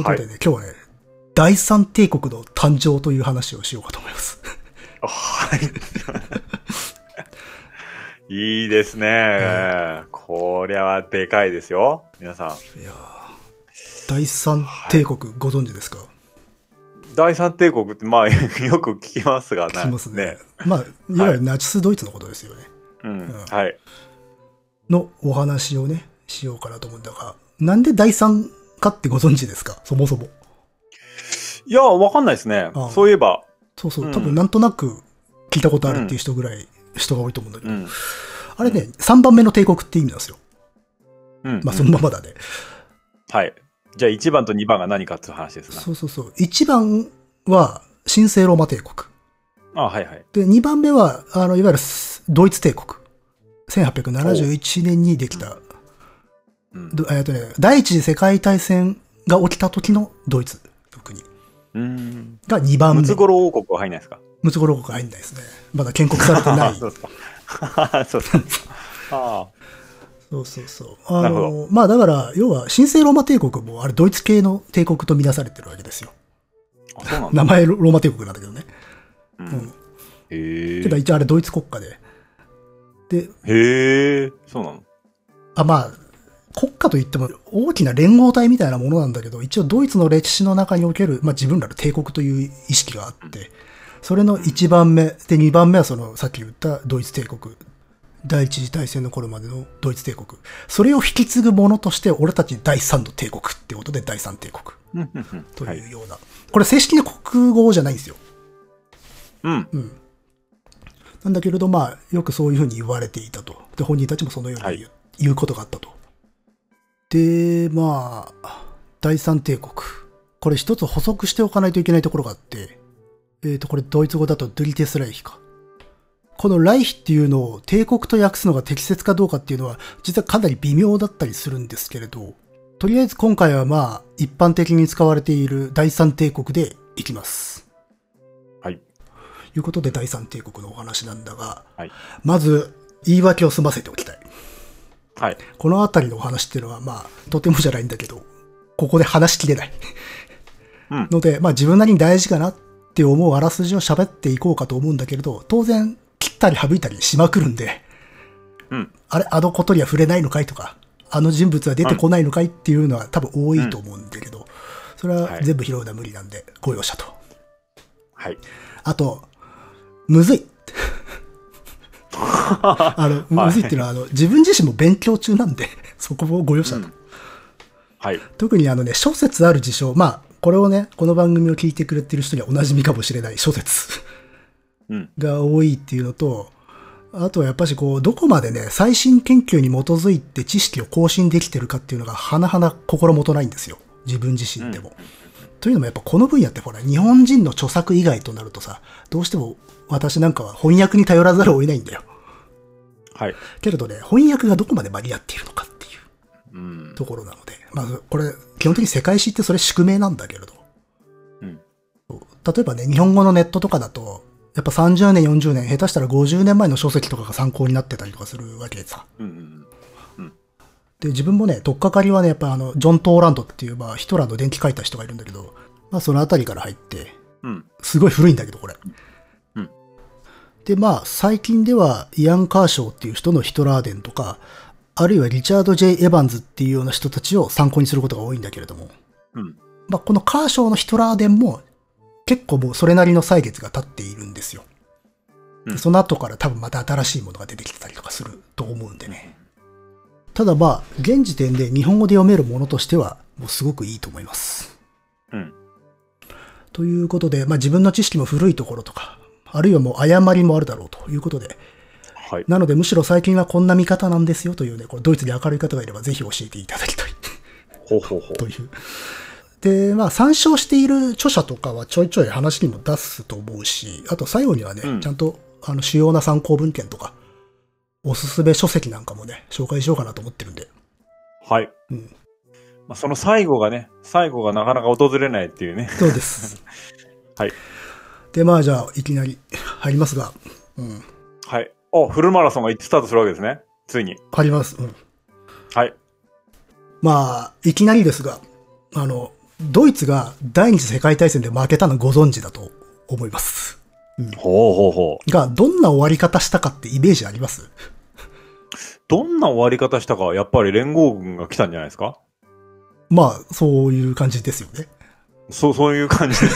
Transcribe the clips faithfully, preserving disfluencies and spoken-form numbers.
ことでね、はい、今日はね、第三帝国の誕生という話をしようかと思います。 はい。いいですね、えー。こりゃはでかいですよ、皆さん。いや第三帝国ご存知ですか？はい、 第三帝国ってまあよく聞きますがね。 聞きますね。ねまあいわゆるナチスドイツのことですよね。 はい、うんうん、はい。 のお話をねしようかなと思うんだが、なんで第三かってご存知ですか？そもそも。 いやわかんないですね。ああそういえば。 そうそう、うん、多分なんとなく聞いたことあるっていう人ぐらい人が多いと思うんだけど、うん、あれね、うん、さんばんめの帝国って意味なんですよ。うん、まあそのままだね。 はい。じゃあいちばんとにばんが何かっていう話ですね。 そうそうそう。いちばんは神聖ローマ帝国。 あはいはい。 で、にばんめは、あの、いわゆるドイツ帝国。せんはっぴゃくななじゅういちねんにできた。うん、えっとね、第一次世界大戦が起きた時のドイツの国。 うんがにばんめ。 ムツゴロウ王国は入んないですか？ ムツゴロウ王国は入んないですね。まだ建国されてない。 そうですか。そうですか。ああ。 そうそうそう。あの、まあだから、要は、神聖ローマ帝国もあれドイツ系の帝国とみなされてるわけですよ。 あ、そうなんだ。 名前ローマ帝国なんだけどね。 うん。うん、へえ。 けど一応あれドイツ国家で。で、 へえ、そうなの？ あ、まあ、国家といっても大きな連合体みたいなものなんだけど、一応ドイツの歴史の中における、まあ自分らの帝国という意識があって、それのいちばんめ、でにばんめはその、さっき言ったドイツ帝国。第一次大戦の頃までのドイツ帝国。それを引き継ぐものとして、俺たち第三の帝国ってことで第三帝国。というような。これ正式な国語じゃないんですよ。 うん。 うん。なんだけれど、まあ、よくそういうふうに言われていたと。で、本人たちもそのように言う、はい、言うことがあったと。で、まあ、第三帝国。これ一つ補足しておかないといけないところがあって、えっ、ー、と、これドイツ語だとドゥリテスライヒか。このライヒっていうのを帝国と訳すのが適切かどうかっていうのは、実はかなり微妙だったりするんですけれど、とりあえず今回はまあ、一般的に使われている第三帝国でいきます。 はい。 いうことで第三帝国のお話なんだが、 はい、 まず、言い訳を済ませておきたい。 はい。 このあたりのお話っていうのは、まあ、とてもじゃないんだけど、ここで話しきれない。 うん、 ので、まあ自分なりに大事かなって思うあらすじを喋っていこうかと思うんだけれど、当然、切ったり省いたりしまくるんで、 うん、 あれ、あのことには触れないのかいとか、あの人物は出てこないのかいっていうのは多分多いと思うんだけど、うん、それは全部拾うのは無理なんで、ご容赦と。 はい。 あと、むずい。あの、むずいっていうのは、あの、自分自身も勉強中なんで、そこをご容赦と。うん、 はい。 特にあのね、諸説ある事象、まあ、これをね、この番組を聞いてくれてる人にはお馴染みかもしれない諸説。が多いっていうのと、あとはやっぱしこう、どこまでね、最新研究に基づいて知識を更新できてるかっていうのが、はなはな心もとないんですよ。自分自身でも。うん、というのもやっぱこの分野ってほら、日本人の著作以外となるとさ、どうしても私なんかは翻訳に頼らざるを得ないんだよ。 はい。 けれどね、翻訳がどこまで間に合っているのかっていうところなので、まあこれ、基本的に世界史ってそれ宿命なんだけれど。 うん、 例えばね、日本語のネットとかだと、やっぱさんじゅうねん、よんじゅうねん、下手したらごじゅうねんまえの書籍とかが参考になってたりとかするわけでさ。 うんうんうん、 で、自分もね、取っかかりはね、やっぱあの、ジョン・トーランドっていう、まあ、ヒトラーの伝記書いた人がいるんだけど、まあ、そのあたりから入って、 うん、 すごい古いんだけど、これ。 うん、 で、まあ、最近では、イアン・カーショーっていう人のヒトラー伝とか、あるいはリチャード・ジェイ・エヴァンズっていうような人たちを参考にすることが多いんだけれども、 うん、 まあ、このカーショーのヒトラー伝も、結構もうそれなりの歳月が経っているんですよ。うん、その後から多分また新しいものが出てきてたりとかすると思うんでね。ただまあ、現時点で日本語で読めるものとしては、もうすごくいいと思います。 うん。 ということで、まあ自分の知識も古いところとか、あるいはもう誤りもあるだろうということで、 はい。 なのでむしろ最近はこんな見方なんですよというね、これドイツに明るい方がいればぜひ教えていただきたい。 ほうほうほう。 という。で、まあ参照している著者とかはちょいちょい話にも出すと思うし、あと最後にはね、うん、ちゃんとあの主要な参考文献とか、おすすめ書籍なんかもね、紹介しようかなと思ってるんで。 はい。 うん。 まあ、その最後がね、最後がなかなか訪れないっていうね。 そうです。 はい。 で、まあじゃあ、いきなり入りますが。うん。 はい。お、フルマラソンがスタートするわけですね。ついに。 入ります。うん。 はい。 まあ、いきなりですが、あの、 ドイツが第二次世界大戦で負けたのご存知だと思います。 うん、ほうほうほう。が、どんな終わり方したかってイメージあります？ どんな終わり方したかはやっぱり連合軍が来たんじゃないですか？ まあ、そういう感じですよね。 そう、そういう感じです。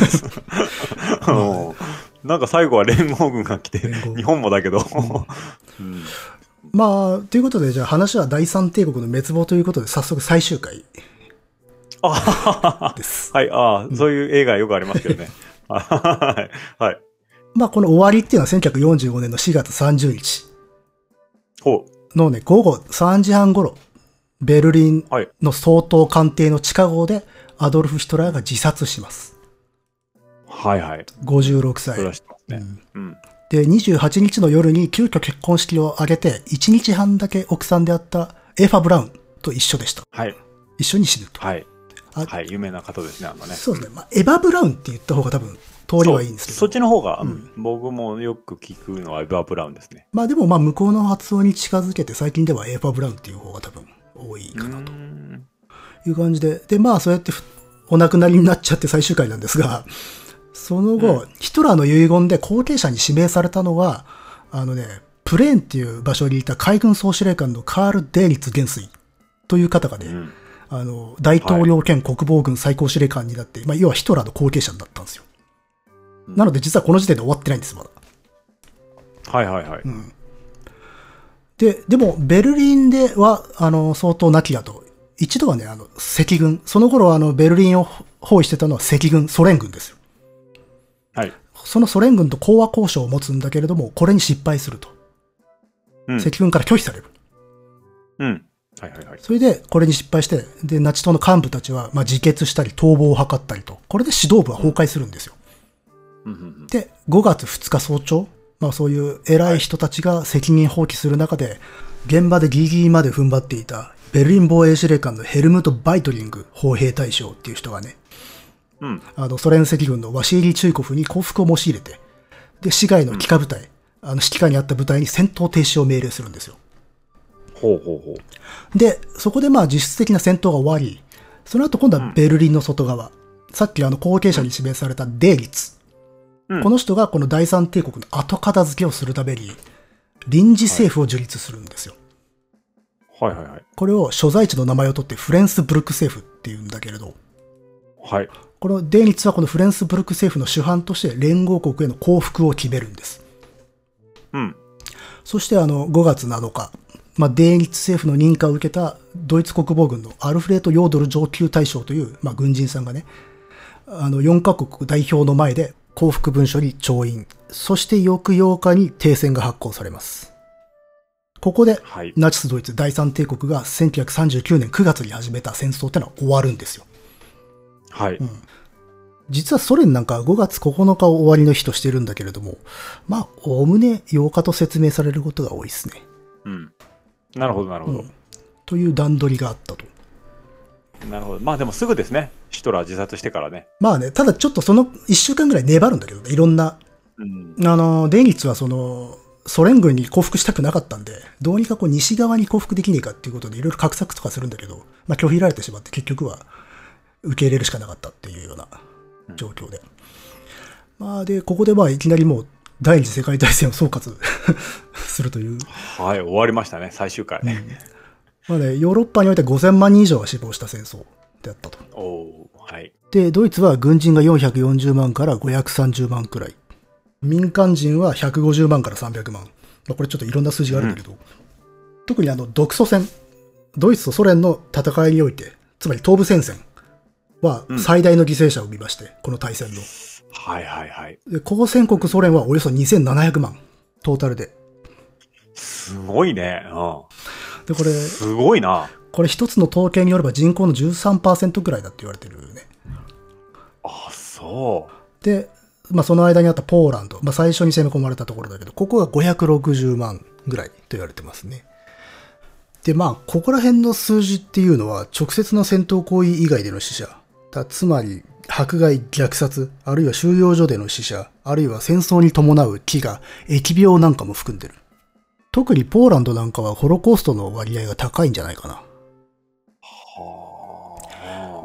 なんか最後は連合軍が来て、日本もだけど。うんうん、 まあ、ということで、じゃあ話は第三帝国の滅亡ということで、早速最終回。 あです。はい、ああ、うん、そういう映画よくありますけどね。はい。はい。 まあ、この終わりっていうのはせんきゅうひゃくよんじゅうごねんのしがつさんじゅうにち。 ほう。 のね、ごごさんじはん頃、ベルリンの総統官邸の地下壕でアドルフ・ヒトラーが自殺します。 はいはい。 ごじゅうろくさい。 それは知ってますね。うん。うんで、にじゅうはちにちの夜に急遽結婚式を挙げて、いちにちはんだけ奥さんであったエーファ・ブラウンと一緒でした。 はい。 一緒に死ぬと。 はい。はい、有名な方ですね、あのね。 そうですね。まあ、エヴァ・ブラウンって言った方が多分、通りはいいんですけど。 そっちの方が、うん、僕もよく聞くのはエヴァ・ブラウンですね。 まあでもまあ向こうの発音に近づけて、最近ではエーファ・ブラウンっていう方が多分多いかなという感じで。で、まあそうやってお亡くなりになっちゃって最終回なんですが、その後、うん、ヒトラーの遺言で後継者に指名されたのは、あのね、プレーンっていう場所にいた海軍総司令官のカール・デーリッツ元帥という方がね、うん、あの、大統領兼国防軍最高司令官になって、はい、まあ、要はヒトラーの後継者になったんですよ。うん、なので実はこの時点で終わってないんです、まだ。 はいはいはい。 うん、で、でも、ベルリンでは、あの、相当なきだと。一度はね、あの、赤軍。その頃、あの、ベルリンを包囲してたのは赤軍、ソ連軍ですよ。 はい。 そのソ連軍と講和交渉を持つんだけれども、これに失敗すると。うん、赤軍から拒否される。 うん。はいはいはい。 それで、これに失敗して、で、ナチ党の幹部たちは、まあ、自決したり、逃亡を図ったりと。これで指導部は崩壊するんですよ。うん、で、ごがつふつか早朝、まあそういう偉い人たちが責任放棄する中で、現場でギリギリまで踏ん張っていた、ベルリン防衛司令官のヘルムト・バイトリング砲兵大将っていう人がね、うん、あのソ連赤軍のワシーリー・チュイコフに降伏を申し入れて、で、市外の機下部隊、うん、あの指揮下にあった部隊に戦闘停止を命令するんですよ。 ほうほうほう。で、そこでまあ実質的な戦闘が終わり、その後今度はベルリンの外側、うん、さっきあの後継者に指名されたデーリツ、うん、この人がこの第三帝国の後片付けをするために臨時政府を樹立するんですよ。 はいはいはいはい。 これを所在地の名前を取ってフレンスブルク政府って言うんだけれど、 はい。 このデーリツはこのフレンスブルク政府の主犯として連合国への降伏を決めるんです。 うん。 そしてあのごがつなのか、まあ、デーリツ政府の認可を受けたドイツ国防軍のアルフレート・ヨードル上級大将という、まあ、軍人さんがね、あのよんカ国代表の前で降伏文書に調印。そして翌ようかに停戦が発行されます。ここで、はい、ナチスドイツ第三帝国がせんきゅうひゃくさんじゅうきゅうねんくがつに始めた戦争ってのは終わるんですよ。 はい。うん、 実はソ連なんかごがつここのかを終わりの日としてるんだけれども、まあ、おおむねようかと説明されることが多いですね。 うん。なるほど、なるほど、うん。 という段取りがあったと。 なるほど。まあでもすぐですね。ヒトラー自殺してからね。 まあね、ただちょっとそのいっしゅうかんぐらい粘るんだけどね、いろんな。うん、あの、デイリッツはその、ソ連軍に降伏したくなかったんで、どうにかこう西側に降伏できねえかっていうことでいろいろ画策とかするんだけど、まあ拒否られてしまって結局は受け入れるしかなかったっていうような状況で。うん、まあで、ここでまあいきなりもう第二次世界大戦を総括するという。 はい、終わりましたね、最終回。うん、 まあね、ヨーロッパにおいてごせんまんにん以上が死亡した戦争であったと。 おー、はい。 で、ドイツは軍人がよんひゃくよんじゅうまんからごひゃくさんじゅうまんくらい。民間人はひゃくごじゅうまんからさんびゃくまん。まあ、これちょっといろんな数字があるんだけど、うん、特にあの独ソ戦、ドイツとソ連の戦いにおいて、つまり東部戦線は最大の犠牲者を生みまして、うん、この大戦の。 はいはいはい。 で、交戦国ソ連はおよそにせんななひゃくまん、トータルで。 すごいね。うん。 で、これ、 すごいな。 これ一つの統計によれば人口の じゅうさんパーセント くらいだって言われてるね。 あ、そう。 で、まあその間にあったポーランド、まあ最初に攻め込まれたところだけど、ここがごひゃくろくじゅうまんぐらいと言われてますね。で、まあここら辺の数字っていうのは直接の戦闘行為以外での死者、だつまり迫害、虐殺、あるいは収容所での死者、あるいは戦争に伴う飢餓、疫病なんかも含んでる。特にポーランドなんかはホロコーストの割合が高いんじゃないかな。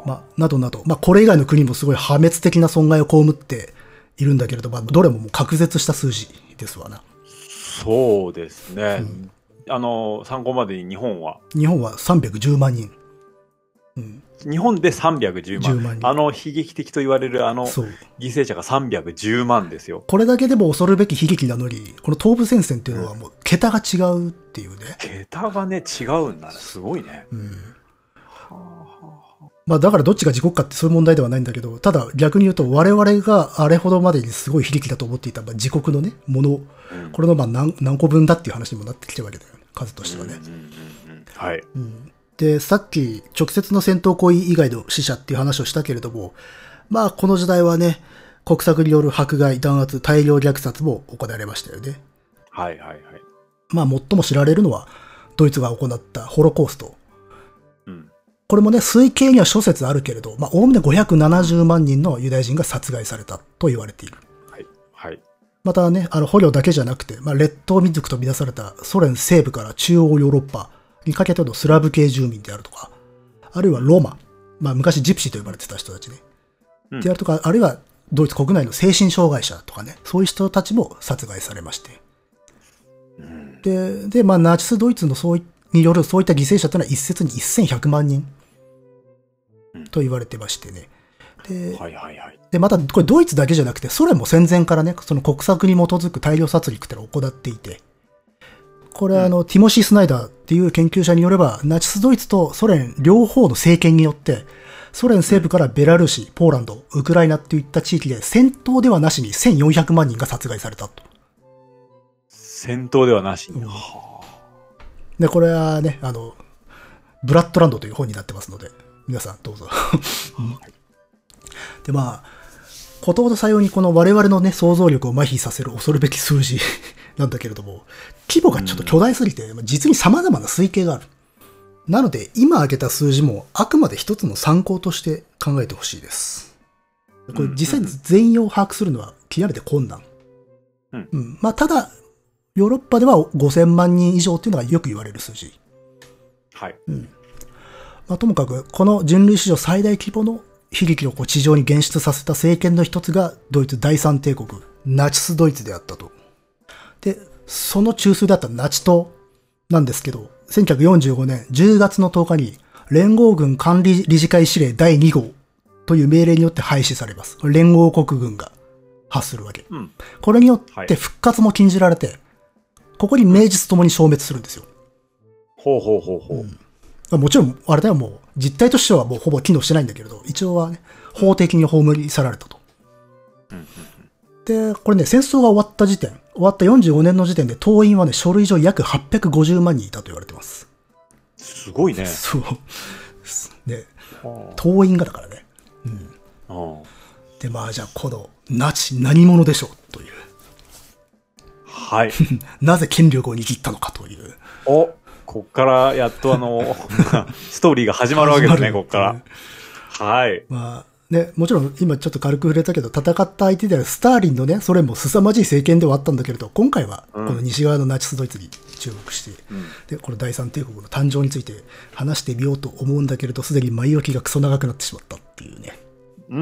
まあ、などなど、まあ、これ以外の国もすごい破滅的な損害を被っているんだけれど、まあ、どれももう隔絶した数字ですわな。 そうですね。 うん、 あの、参考までに日本は日本はさんびゃくじゅうまんにん。うん、 日本でさんびゃくじゅうまん。万あの、悲劇的と言われるあの、犠牲者がさんびゃくじゅうまんですよ。 これだけでも恐るべき悲劇なのに、この東部戦線っていうのはもう、桁が違うっていうね。 桁がね、違うんだね。すごいね。うん。 まあだからどっちが自国かってそういう問題ではないんだけど、ただ逆に言うと我々があれほどまでにすごい悲劇だと思っていた、まあ、自国のね、もの、うん、これのまあ 何, 何個分だっていう話にもなってきてるわけだよね。数としてはね。うんうんうんうん、 はい。 うんで、さっき直接の戦闘行為以外の死者っていう話をしたけれども、まあこの時代はね、国策による迫害、弾圧、大量虐殺も行われましたよね。 はいはいはい。 まあ最も知られるのは、ドイツが行ったホロコースト。 うん、 これもね、推計には諸説あるけれど、まあおおむねごひゃくななじゅうまんにんのユダヤ人が殺害されたと言われている。 はいはい。 またね、あの捕虜だけじゃなくて、まあ列島民族とみなされたソ連西部から中央ヨーロッパ、にかけてのスラブ系住民であるとか、あるいはロマ、まあ昔ジプシーと呼ばれてた人たちね。うん、であるとか、あるいはドイツ国内の精神障害者とかね、そういう人たちも殺害されまして。うん、で、で、まあナチスドイツのそういによるそういった犠牲者というのは一説にせんひゃくまんにんと言われてましてね。で、はいはいはい、でまたこれドイツだけじゃなくて、ソ連も戦前からね、その国策に基づく大量殺戮ってのを行っていて、これはあの、うん、ティモシー・スナイダーっていう研究者によれば、ナチスドイツとソ連両方の政権によって、ソ連西部からベラルーシ、ポーランド、ウクライナっていった地域で戦闘ではなしにせんよんひゃくまんにんが殺害されたと。 戦闘ではなしに。うん、 で、これはね、あの、ブラッドランドという本になってますので、皆さんどうぞ。で、まあ、ことほどさようにこの我々のね、想像力を麻痺させる恐るべき数字なんだけれども、規模がちょっと巨大すぎて、実に様々な推計がある。なので、今挙げた数字もあくまで一つの参考として考えてほしいです。これ実際に全容を把握するのは極めて困難。うんうん、まあ、ただ、ヨーロッパではごせんまんにん以上というのがよく言われる数字。 はい。 うん。まあ、ともかく、この人類史上最大規模の悲劇をこう地上に現出させた政権の一つがドイツ第三帝国、ナチスドイツであったと。で、その中枢だったナチ党なんですけど、せんきゅうひゃくよんじゅうごねんじゅうがつのとおかに連合軍管理理事会指令だいにごうという命令によって廃止されます。連合国軍が発するわけ。うん、これによって復活も禁じられて、はい、ここに名実ともに消滅するんですよ。 ほうほうほうほう。 うん、もちろん、あれだよ、もう実態としてはもうほぼ機能してないんだけれど、一応はね、法的に葬り去られたと。うんうんうん、で、これね、戦争が終わった時点、終わったよんじゅうごねんの時点で党員はね、書類上約はっぴゃくごじゅうまんにんいたと言われてます。 すごいね。 そう。ね、党員がだからね。うん。で、まあじゃあこのナチ何者でしょうという。 はい。 なぜ権力を握ったのかという。 お、こっからやっとあの、ストーリーが始まるわけですね、こっから。はい。 まあ、ね、もちろん今ちょっと軽く触れたけど、戦った相手であるスターリンのね、ソ連も凄まじい政権ではあったんだけれど、今回はこの西側のナチスドイツに注目して、うん、で、この第三帝国の誕生について話してみようと思うんだけれど、すでに前置きがクソ長くなってしまったっていうね。うん。うん、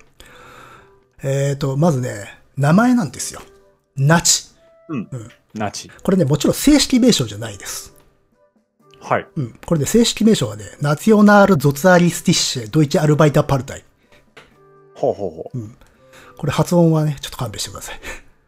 えーと、まずね、名前なんですよ。ナチ。 うん。うん、ナチ。 これね、もちろん正式名称じゃないです。 はい。 うん。これね、正式名称はね、ナツィオナール・ゾツアリスティッシェ・ドイツ・アルバイター・パルタイ。 ほうほうほう。 うん。これ発音はね、ちょっと勘弁してください。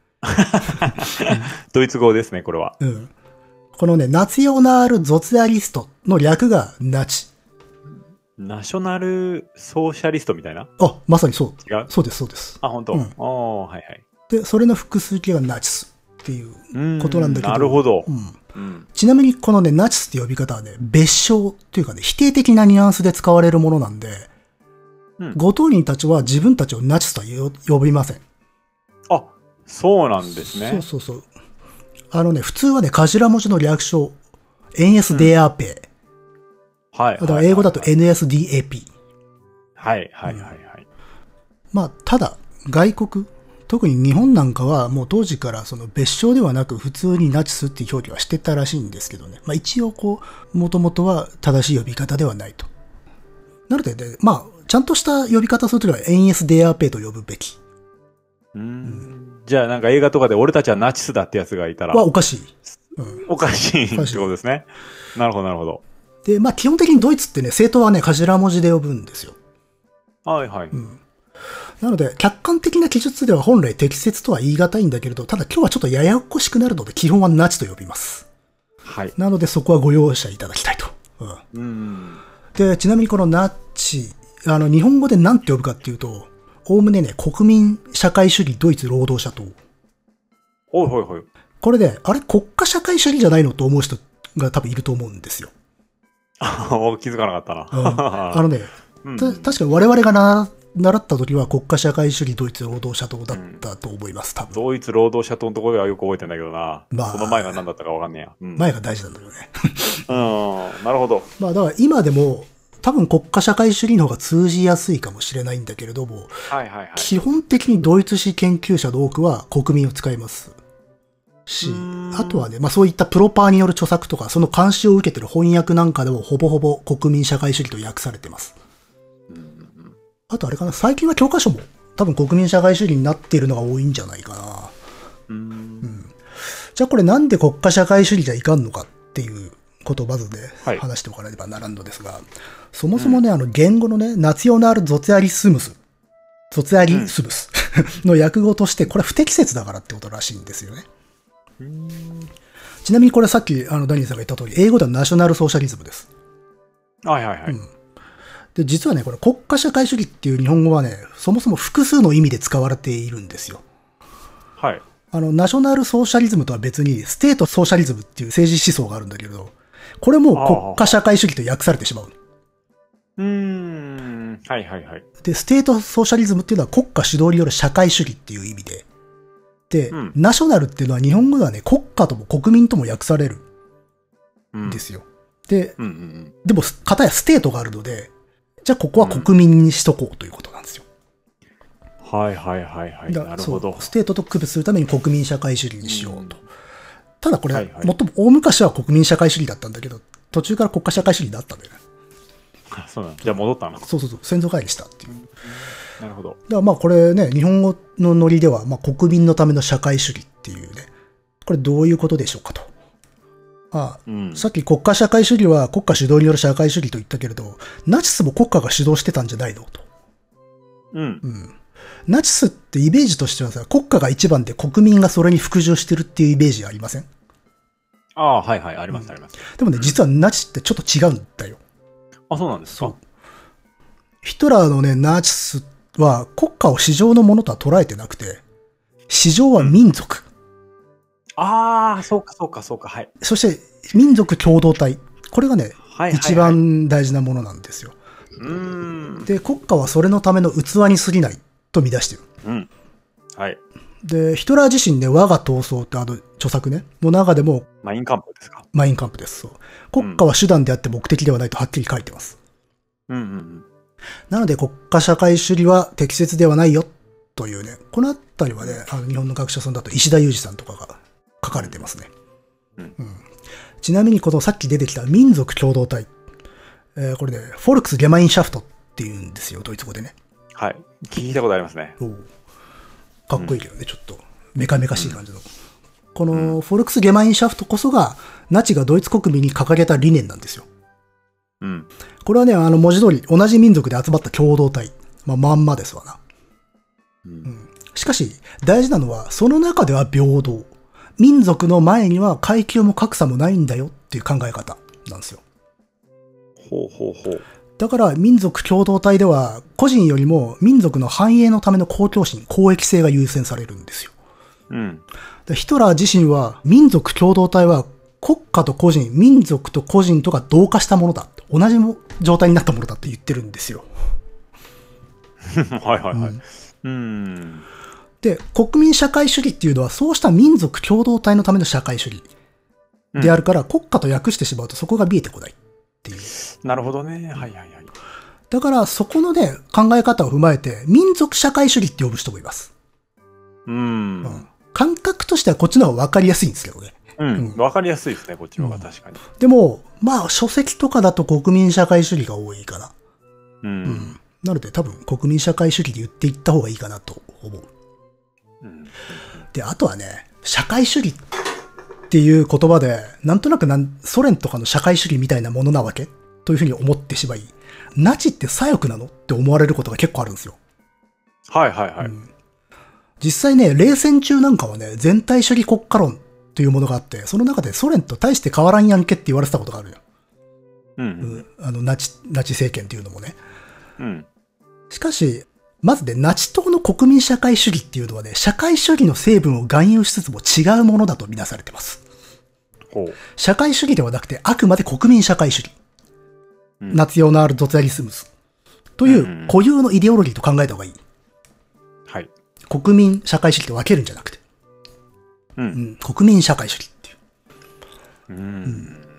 ドイツ語ですね、これは。 うん。このね、ナツィオナール・ゾツアリストの略がナチ。 ナショナル・ソーシャリストみたいな？ あ、まさにそう。 違う？ そうです、そうです。 あ、本当。うん、おー、はいはい。 で、それの複数形がナチスっていうことなんだけど。 なるほど。 うんうん、ちなみにこのね、ナチスって呼び方はね、別称というかね、否定的なニュアンスで使われるものなんで、うん、ご当人たちは自分たちをナチスとは呼びません。 あ、そうなんですね。 そうそうそう。あのね、普通はね、頭文字の略称、エヌエスディーアールピー。 うん、はい。 だから英語だと エヌエスディーエーピー。 はいはいはいはい。うん、 まあ、ただ、外国、特に日本なんかはもう当時からその別称ではなく普通にナチスっていう表記はしてたらしいんですけどね。まあ一応こう、もともとは正しい呼び方ではないと。 なので、ね、まあ、ちゃんとした呼び方するときは、エンエスデアペイと呼ぶべき。 うーん。うん、じゃあ、なんか映画とかで俺たちはナチスだってやつがいたら。 はおかしい。 うん、おかしいってことですね。なるほど、なるほど。 で、まあ、基本的にドイツってね、政党はね、頭文字で呼ぶんですよ。 はいはい。 うん。なので、客観的な記述では本来適切とは言い難いんだけれど、ただ今日はちょっとややこしくなるので、基本はナチと呼びます。 はい。 なので、そこはご容赦いただきたいと。うん。うんで、ちなみにこのナチ、あの、日本語で何て呼ぶかっていうと、おおむねね、国民社会主義ドイツ労働者党。 ほいほいほい。これで、あれ国家社会主義じゃないのと思う人が多分いると思うんですよ。 あ気づかなかったな。 うん、あのね、うん、た確かに我々がな習った時は国家社会主義ドイツ労働者党だったと思います、多分。 ドイツ労働者党のところではよく覚えてんだけどな。まあ、その前が何だったかわかんねえや。 うん、前が大事なんだよね。 うん、なるほど。 まあだから今でも、多分国家社会主義の方が通じやすいかもしれないんだけれども、 はいはいはい、 基本的にドイツ史研究者の多くは国民を使いますし、あとはね、まあそういったプロパーによる著作とか、その監視を受けてる翻訳なんかでもほぼほぼ国民社会主義と訳されてます。あとあれかな、最近は教科書も多分国民社会主義になっているのが多いんじゃないかな。うん、うん、じゃあこれなんで国家社会主義じゃいかんのかっていうことをまずね、はい、話しておかなければならんのですが、そもそもね、うん、あの言語のね、ナツィオナール・ゾツアリスムス、ゾツアリスムスの訳語として、これは不適切だからってことらしいんですよね。うんちなみにこれさっきあのダニエルさんが言った通り、英語ではナショナルソーシャリズムです。 はいはいはい。うん、 で実はね、これ国家社会主義っていう日本語はね、そもそも複数の意味で使われているんですよ。 はい。 あの、ナショナルソーシャリズムとは別に、ステートソーシャリズムっていう政治思想があるんだけれど、これも国家社会主義と訳されてしまう。 うーん。はいはいはい。 で、ステートソーシャリズムっていうのは国家主導による社会主義っていう意味で、で、うん、ナショナルっていうのは日本語ではね、国家とも国民とも訳されるんですよ。うん、で、うんうんうん、でも、片やステートがあるので、じゃあここは国民にしとこうということなんですよ。 うん、はいはいはいはい。なるほど。 ステートと区別するために国民社会主義にしようと。うん、ただこれ、はいはい、もっとも大昔は国民社会主義だったんだけど、途中から国家社会主義になったんだよね。 そうなんじゃあ戻ったの？ そうそうそう、先祖返りしたっていう。 なるほど。 だからまあこれね、日本語のノリでは、まあ国民のための社会主義っていうね、これどういうことでしょうかと。ああ、うん、さっき国家社会主義は国家主導による社会主義と言ったけれど、ナチスも国家が主導してたんじゃないのと。うん。うん。ナチスってイメージとしてはさ、国家が一番で国民がそれに服従してるっていうイメージありません？ ああ、はいはい、あります、うん、あります。 でもね、実はナチスってちょっと違うんだよ。 あ、そうなんですか？そう。 ヒトラーのね、ナチスは国家を市場のものとは捉えてなくて、市場は民族。 うん、ああ、そうかそうかそうか、はい。 そして民族共同体。これがね、はいはいはい、一番大事なものなんですよ。 うーん。 で、国家はそれのための器に過ぎないと見出してる。 うん。はい。 で、ヒトラー自身ね、我が闘争ってあの著作ね、の中でも、 マインカンプですか？ マインカンプです。そう。国家は手段であって目的ではないとはっきり書いてます。 うんうんうん。 なので国家社会主義は適切ではないよというね、このあたりはね、あの日本の学者さんだと石田裕二さんとかが書かれてますね。うんうん、ちなみにこのさっき出てきた民族共同体、えー、これね、フォルクスゲマインシャフトっていうんですよ、ドイツ語でね。 はい。聞いたことありますね。 かっこいいけどね、うん、ちょっとメカメカしい感じの。うん、このフォルクスゲマインシャフトこそがナチがドイツ国民に掲げた理念なんですよ。 うん、 これはね、あの文字通り同じ民族で集まった共同体。まあ、まんまですわな。うんうん、しかし、大事なのは、その中では平等。民族の前には階級も格差もないんだよっていう考え方なんですよ。 ほうほうほう。 だから、民族共同体では、個人よりも民族の繁栄のための公共心、公益性が優先されるんですよ。 うん、 でヒトラー自身は、民族共同体は国家と個人、民族と個人とが同化したものだ。同じ状態になったものだって言ってるんですよ。 はいはいはい。うん、うんで、国民社会主義っていうのはそうした民族共同体のための社会主義であるから、うん、国家と訳してしまうとそこが見えてこないっていう。 なるほどね。はいはいはい。 だからそこのね、考え方を踏まえて民族社会主義って呼ぶ人もいます。 うん。うん、 感覚としてはこっちの方が分かりやすいんですけどね。 うん。うん、分かりやすいですね、こっちの方が確かに。 うん、でも、まあ書籍とかだと国民社会主義が多いかな。 うん。うん、 なので多分国民社会主義で言っていった方がいいかなと思う。うん、で、あとはね、社会主義っていう言葉で、なんとなくなんソ連とかの社会主義みたいなものなわけというふうに思ってしまい、ナチって左翼なのって思われることが結構あるんですよ。 はいはいはい。うん、 実際ね、冷戦中なんかはね、全体主義国家論というものがあって、その中でソ連と大して変わらんやんけって言われてたことがあるよ。うん、うん。あの、ナチ、ナチ政権っていうのもね。うん。しかし、まずね、ナチ党の国民社会主義っていうのはね、社会主義の成分を含有しつつも違うものだとみなされてます。ほう。社会主義ではなくて、あくまで国民社会主義。うん、ナツィオナール・ソツィアリスムス。という固有のイデオロギーと考えた方がいい。はい。国民社会主義と分けるんじゃなくて。うん。うん、国民社会主義っていう。うん、うん。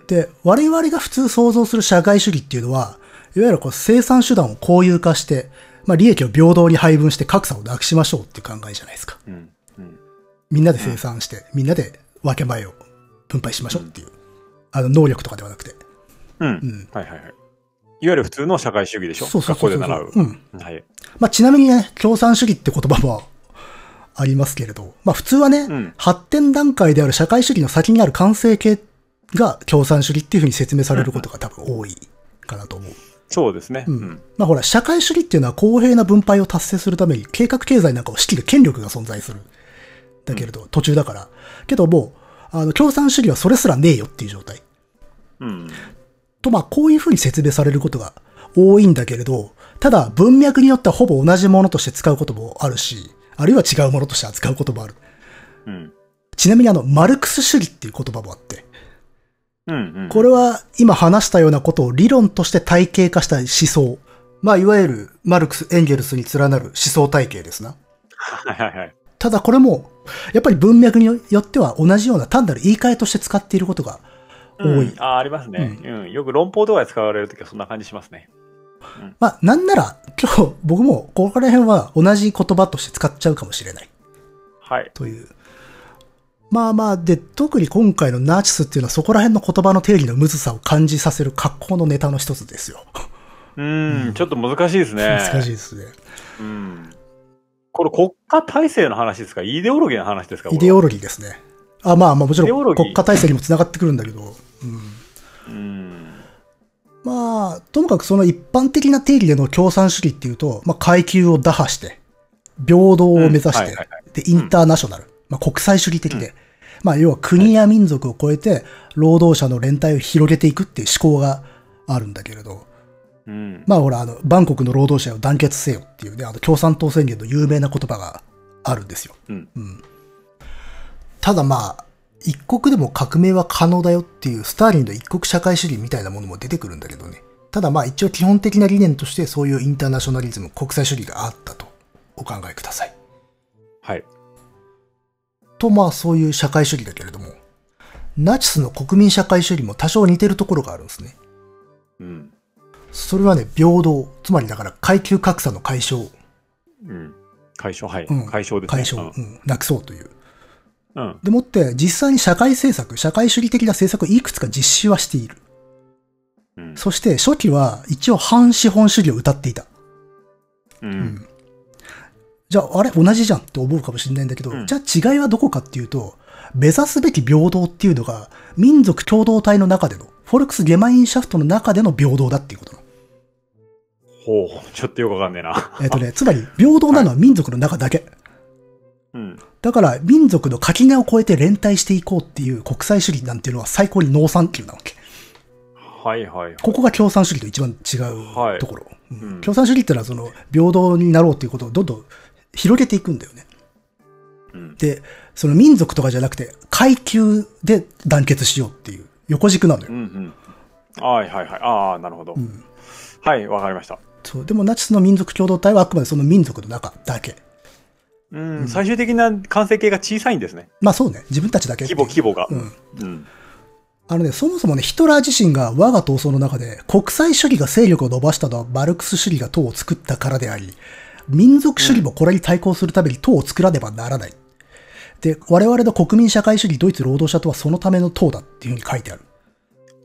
で、我々が普通想像する社会主義っていうのは、いわゆるこう生産手段を公有化して、まあ利益を平等に配分して格差をなくしましょうっていう考えじゃないですか。うんうん、みんなで生産して、うん、みんなで分け前を分配しましょうっていう。うん、あの能力とかではなくて。 うん。うん、はいはいはい。いわゆる普通の社会主義でしょ。そうそうそうそう。学校で習う。うん。はい。 まあちなみにね、共産主義って言葉もありますけれど、まあ普通はね、うん、発展段階である社会主義の先にある完成形が共産主義っていうふうに説明されることが多分多いかなと思う。 そうですね。 うん。まあほら、社会主義っていうのは公平な分配を達成するために計画経済なんかを仕切る権力が存在する。だけれど、うん、途中だから。けどもう、あの、共産主義はそれすらねえよっていう状態。うん。と、まあこういうふうに説明されることが多いんだけれど、ただ文脈によってはほぼ同じものとして使うこともあるし、あるいは違うものとして扱うこともある。うん。ちなみにあの、マルクス主義っていう言葉もあって。うんうん、これは今話したようなことを理論として体系化した思想。まあいわゆるマルクス・エンゲルスに連なる思想体系ですな。はいはいはい。ただこれもやっぱり文脈によっては同じような単なる言い換えとして使っていることが多い。 うん、ああ、ありますね、うんうん。よく論法とかで使われるときはそんな感じしますね。 うん、まあなんなら今日僕もここら辺は同じ言葉として使っちゃうかもしれない。はい。という。まあまあ、で、特に今回のナチスっていうのはそこら辺の言葉の定義のむずさを感じさせる格好のネタの一つですよ。 うーん、うん、ちょっと難しいですね。 難しいですね。 うん。これ国家体制の話ですか？イデオロギーの話ですか？ イデオロギーですね。あ、まあまあもちろん国家体制にも繋がってくるんだけど。うん。うん、まあ、ともかくその一般的な定義での共産主義っていうと、まあ階級を打破して、平等を目指して、うんはいはいはい、で、インターナショナル。うんまあ、国際主義的で、うん、まあ、要は国や民族を超えて、労働者の連帯を広げていくっていう思考があるんだけれど、うん、まあ、ほら、あの、バンコクの労働者を団結せよっていうね、あの、共産党宣言の有名な言葉があるんですよ。うんうん、ただまあ、一国でも革命は可能だよっていう、スターリンの一国社会主義みたいなものも出てくるんだけどね。ただまあ、一応基本的な理念として、そういうインターナショナリズム、国際主義があったとお考えください。はい。とまあそういう社会主義だけれども、ナチスの国民社会主義も多少似てるところがあるんですね。うん。それはね、平等。つまりだから階級格差の解消。 うん。解消、はい。うん、解消ですね。 解消、うん。なくそうという。うん。でもって実際に社会政策、社会主義的な政策をいくつか実施はしている。うん。そして初期は一応反資本主義を謳っていた。うん。うんじゃあ、あれ同じじゃんって思うかもしれないんだけど、うん、じゃあ違いはどこかっていうと、目指すべき平等っていうのが、民族共同体の中での、フォルクスゲマインシャフトの中での平等だっていうことなの。 ほう、ちょっとよくわかんねえな。 えっとね、つまり、平等なのは民族の中だけ。はい、うん。だから、民族の垣根を越えて連帯していこうっていう国際主義なんていうのは最高にノーサンキューなわけ。 はいはい、はい。 ここが共産主義と一番違うところ。はいうん、共産主義ってのはその、平等になろうっていうことをどんどん広げていくんだよね。うん、で、その民族とかじゃなくて、階級で団結しようっていう横軸なのよ。うんうん、 はいはいはい。ああ、なるほど。うん、はい、わかりました。 そう、でもナチスの民族共同体はあくまでその民族の中だけ。 うん、うん、最終的な完成形が小さいんですね。 まあそうね。自分たちだけ。 規模、規模が。うん。 うん、あのね、そもそもね、ヒトラー自身が我が闘争の中で、国際主義が勢力を伸ばしたのはマルクス主義が党を作ったからであり、民族主義もこれに対抗するために党を作らねばならない。で、我々の国民社会主義ドイツ労働者党はそのための党だっていうふうに書いてある。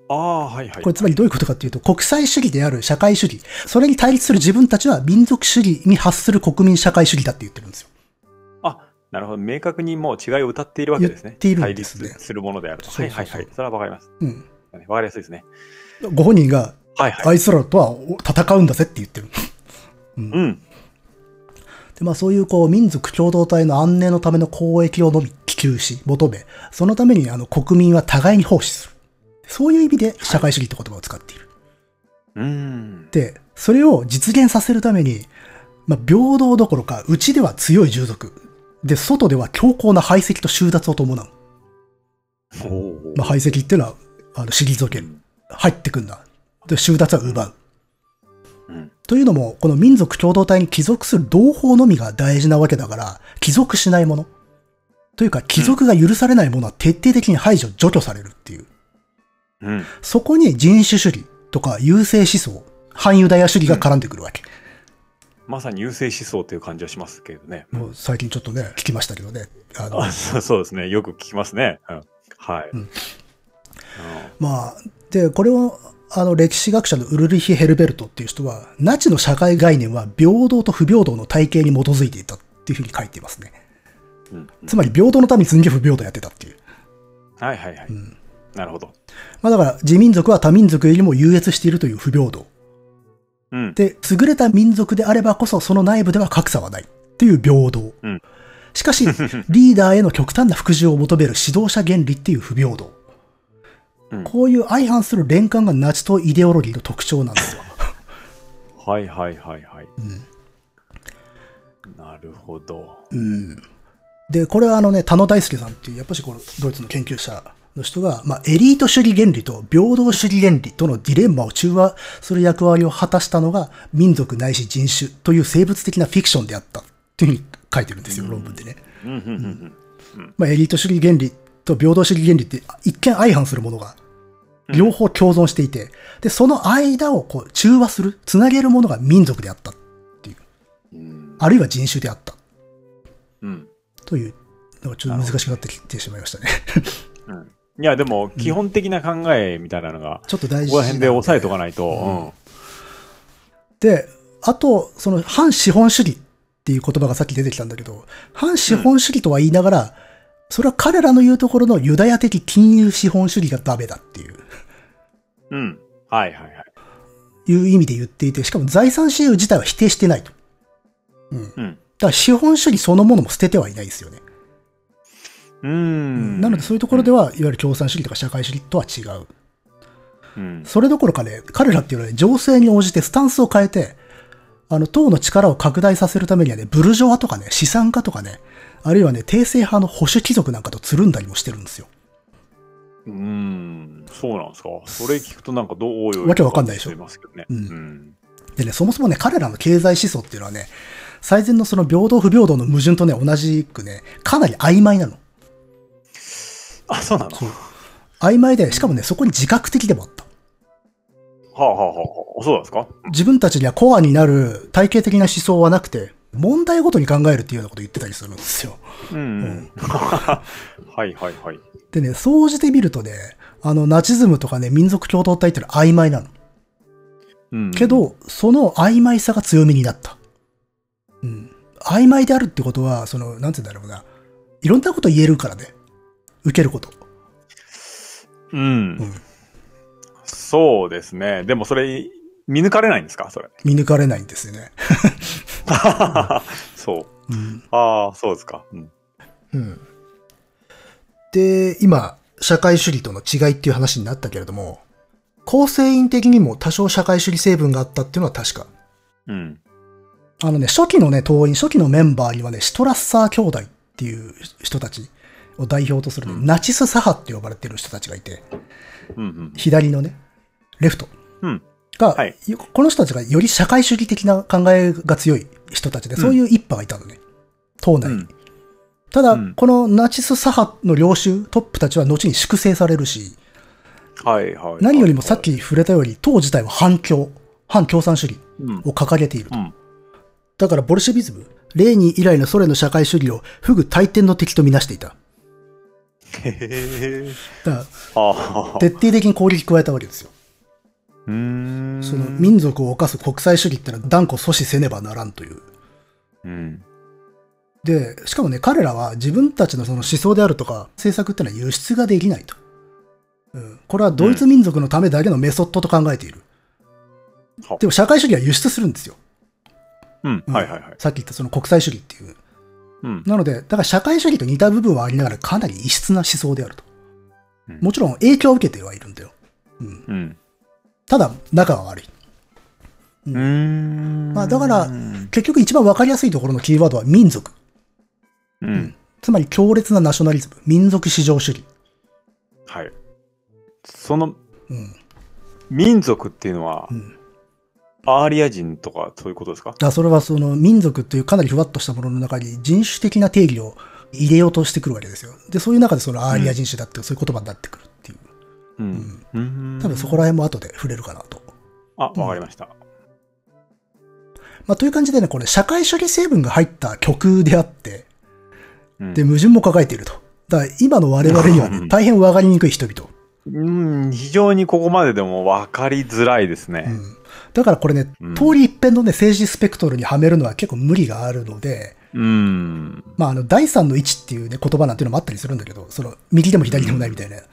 ああ、はいはい。 これつまりどういうことかっていうと、国際主義である社会主義、それに対立する自分たちは民族主義に発する国民社会主義だって言ってるんですよ。 あ、なるほど。明確にもう違いを謳っているわけですね。 言っているんですね。 対立するものであると。 そうそうそう。 はいはいはい。それはわかります。 うん。 わかりやすいですね。 ご本人が、 はいはい。 あいつらとは戦うんだぜって言ってる。 うん。うん、 で、まあそういうこう民族共同体の安寧のための交易をのみ希求し、求め、そのためにあの国民は互いに奉仕する。そういう意味で社会主義って言葉を使っている。 はい、うん。 で、それを実現させるために、まあ平等どころか、内では強い従属。で、外では強硬な排斥と収奪を伴う。まあ排斥っていうのは、あの、退ける。入ってくんだ。で、収奪は奪う。うん、というのも、この民族共同体に帰属する同胞のみが大事なわけだから、帰属しないもの。というか、帰属が許されないものは徹底的に排除、除去されるっていう。うん、そこに人種主義とか優勢思想、反ユダヤ主義が絡んでくるわけ。 うん、まさに優勢思想という感じはしますけどね。 もう最近ちょっとね、聞きましたけどね。 あのあそう、そうですね。よく聞きますね。うん、はい。うん、 まあ、で、これを、あの、歴史学者のウルリヒ・ヘルベルトっていう人は、ナチの社会概念は平等と不平等の体系に基づいていたっていうふうに書いていますね。うんうん、つまり、平等のためにすんげえ不平等やってたっていう。 はいはいはい。うん、なるほど。 まあだから、自民族は他民族よりも優越しているという不平等。うん、で、優れた民族であればこそ、その内部では格差はないっていう平等。うん、しかし、リーダーへの極端な服従を求める指導者原理っていう不平等。うん、こういう相反する連関がナチ党イデオロギーの特徴なんですよ。 はいはいはいはい。うん、なるほど。 うん。で、これはあのね、田野大輔さんっていう、やっぱしこのドイツの研究者の人が、まあ、エリート主義原理と平等主義原理とのディレンマを中和する役割を果たしたのが、民族ないし人種という生物的なフィクションであったっていうふうに書いてるんですよ、論文でね。まあ、エリート主義原理と平等主義原理って一見相反するものが両方共存していて、で、その間をこう中和する、つなげるものが民族であったっていう。あるいは人種であった。うん、という、ちょっと難しくなってきてしまいましたね。 うん、いや、でも、基本的な考えみたいなのが、 ちょっと大事ここら辺で押さえとかないと。うんうん、で、あと、その反資本主義っていう言葉がさっき出てきたんだけど、反資本主義とは言いながら、うんそれは彼らの言うところのユダヤ的金融資本主義がダメだっていう。 うん。はいはいはい。 いう意味で言っていて、しかも財産私有自体は否定してないと。うん。うん、だから資本主義そのものも捨ててはいないですよね。 うーん。 なのでそういうところでは、いわゆる共産主義とか社会主義とは違う。うん。それどころかね、彼らっていうのは、ね、情勢に応じてスタンスを変えて、あの、党の力を拡大させるためにはね、ブルジョワとかね、資産家とかね、あるいはね、帝政派の保守貴族なんかとつるんだりもしてるんですよ。 うーん、そうなんですか。それ聞くとなんかどういうわけわかんないでしょ。 ね、 うん。うん。でね、そもそもね、彼らの経済思想っていうのはね、最善のその平等不平等の矛盾とね、同じくね、かなり曖昧なの。 あ、そうなの？ そう。曖昧で、しかもね、そこに自覚的でもあった。 はあはあはあ、そうなんですか？ 自分たちにはコアになる体系的な思想はなくて、問題ごとに考えるっていうようなことを言ってたりするんですよ。 うん。うん、はいはいはい。 でね、総じて見るとね、あの、ナチズムとかね、民族共同体ってのは曖昧なの。うん。けど、その曖昧さが強みになった。うん。曖昧であるってことは、その、なんて言うんだろうな。いろんなこと言えるからね。受けること。 うん。うん、そうですね。でもそれ、見抜かれないんですかそれ。 見抜かれないんですよね。 そう。うん、ああ、そうですか、うん。 うん。で、今、社会主義との違いっていう話になったけれども、構成員的にも多少社会主義成分があったっていうのは確か。うん。あのね、初期のね、党員、初期のメンバーにはね、シュトラッサー兄弟っていう人たちを代表とする、ねうん、ナチス左派って呼ばれてる人たちがいて、うんうん、左のね、レフト。うんが、はい、この人たちがより社会主義的な考えが強い人たちで、そういう一派がいたのね。うん、党内に。うん、ただ、うん、このナチス左派の領袖、トップたちは後に粛清されるし、 はいはいはい、 何よりもさっき触れたように、党自体は反共、反共産主義を掲げていると。うん、だからボルシェビズム、レーニン以来のソ連の社会主義を不具大天の敵とみなしていた。 へへだから徹底的に攻撃加えたわけですよ。 うーんその民族を犯す国際主義ってのは断固阻止せねばならんという。 うん、 で、しかもね、彼らは自分たちのその思想であるとか政策ってのは輸出ができないと。うん、これはドイツ民族のためだけのメソッドと考えている。うん、でも社会主義は輸出するんですよ。 うん、はいはいはい。 さっき言ったその国際主義っていう。 うん、 なので、だから社会主義と似た部分はありながらかなり異質な思想であると。 うん、 もちろん影響を受けてはいるんだよ。うん。うん、ただ、仲は悪い。 うん。うーんまあだから、結局一番わかりやすいところのキーワードは民族。 うん。うん、 つまり強烈なナショナリズム、民族至上主義。 はい。その、うん、民族っていうのは、うん、アーリア人とかそういうことですか？ あ、それはその民族っていうかなりふわっとしたものの中に人種的な定義を入れようとしてくるわけですよ。で、そういう中でそのアーリア人種だって、うん、そういう言葉になってくるっていう。うん。うん、多分そこら辺も後で触れるかなと。 あ、わかりました。うん、 まあ、という感じでね、これ社会主義成分が入った曲であって、 うん、 で、矛盾も抱えていると。だから今の我々にはね、大変わかりにくい人々。 うん、非常にここまででもわかりづらいですね。うん、 だからこれね、うん、通り一遍のね、政治スペクトルにはめるのは結構無理があるので、 うん、 まあ、あの、第三の位置っていうね、言葉なんていうのもあったりするんだけど、その、右でも左でもないみたいな。うん、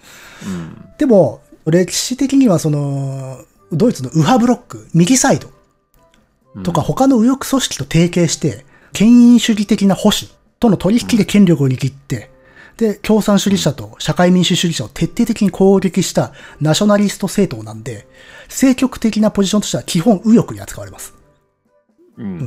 でも、歴史的にはその、ドイツの右派ブロック、右サイドとか他の右翼組織と提携して、権威主義的な保守との取引で権力を握って、で、共産主義者と社会民主主義者を徹底的に攻撃したナショナリスト政党なんで、政局的なポジションとしては基本右翼に扱われます。 うんうんうん、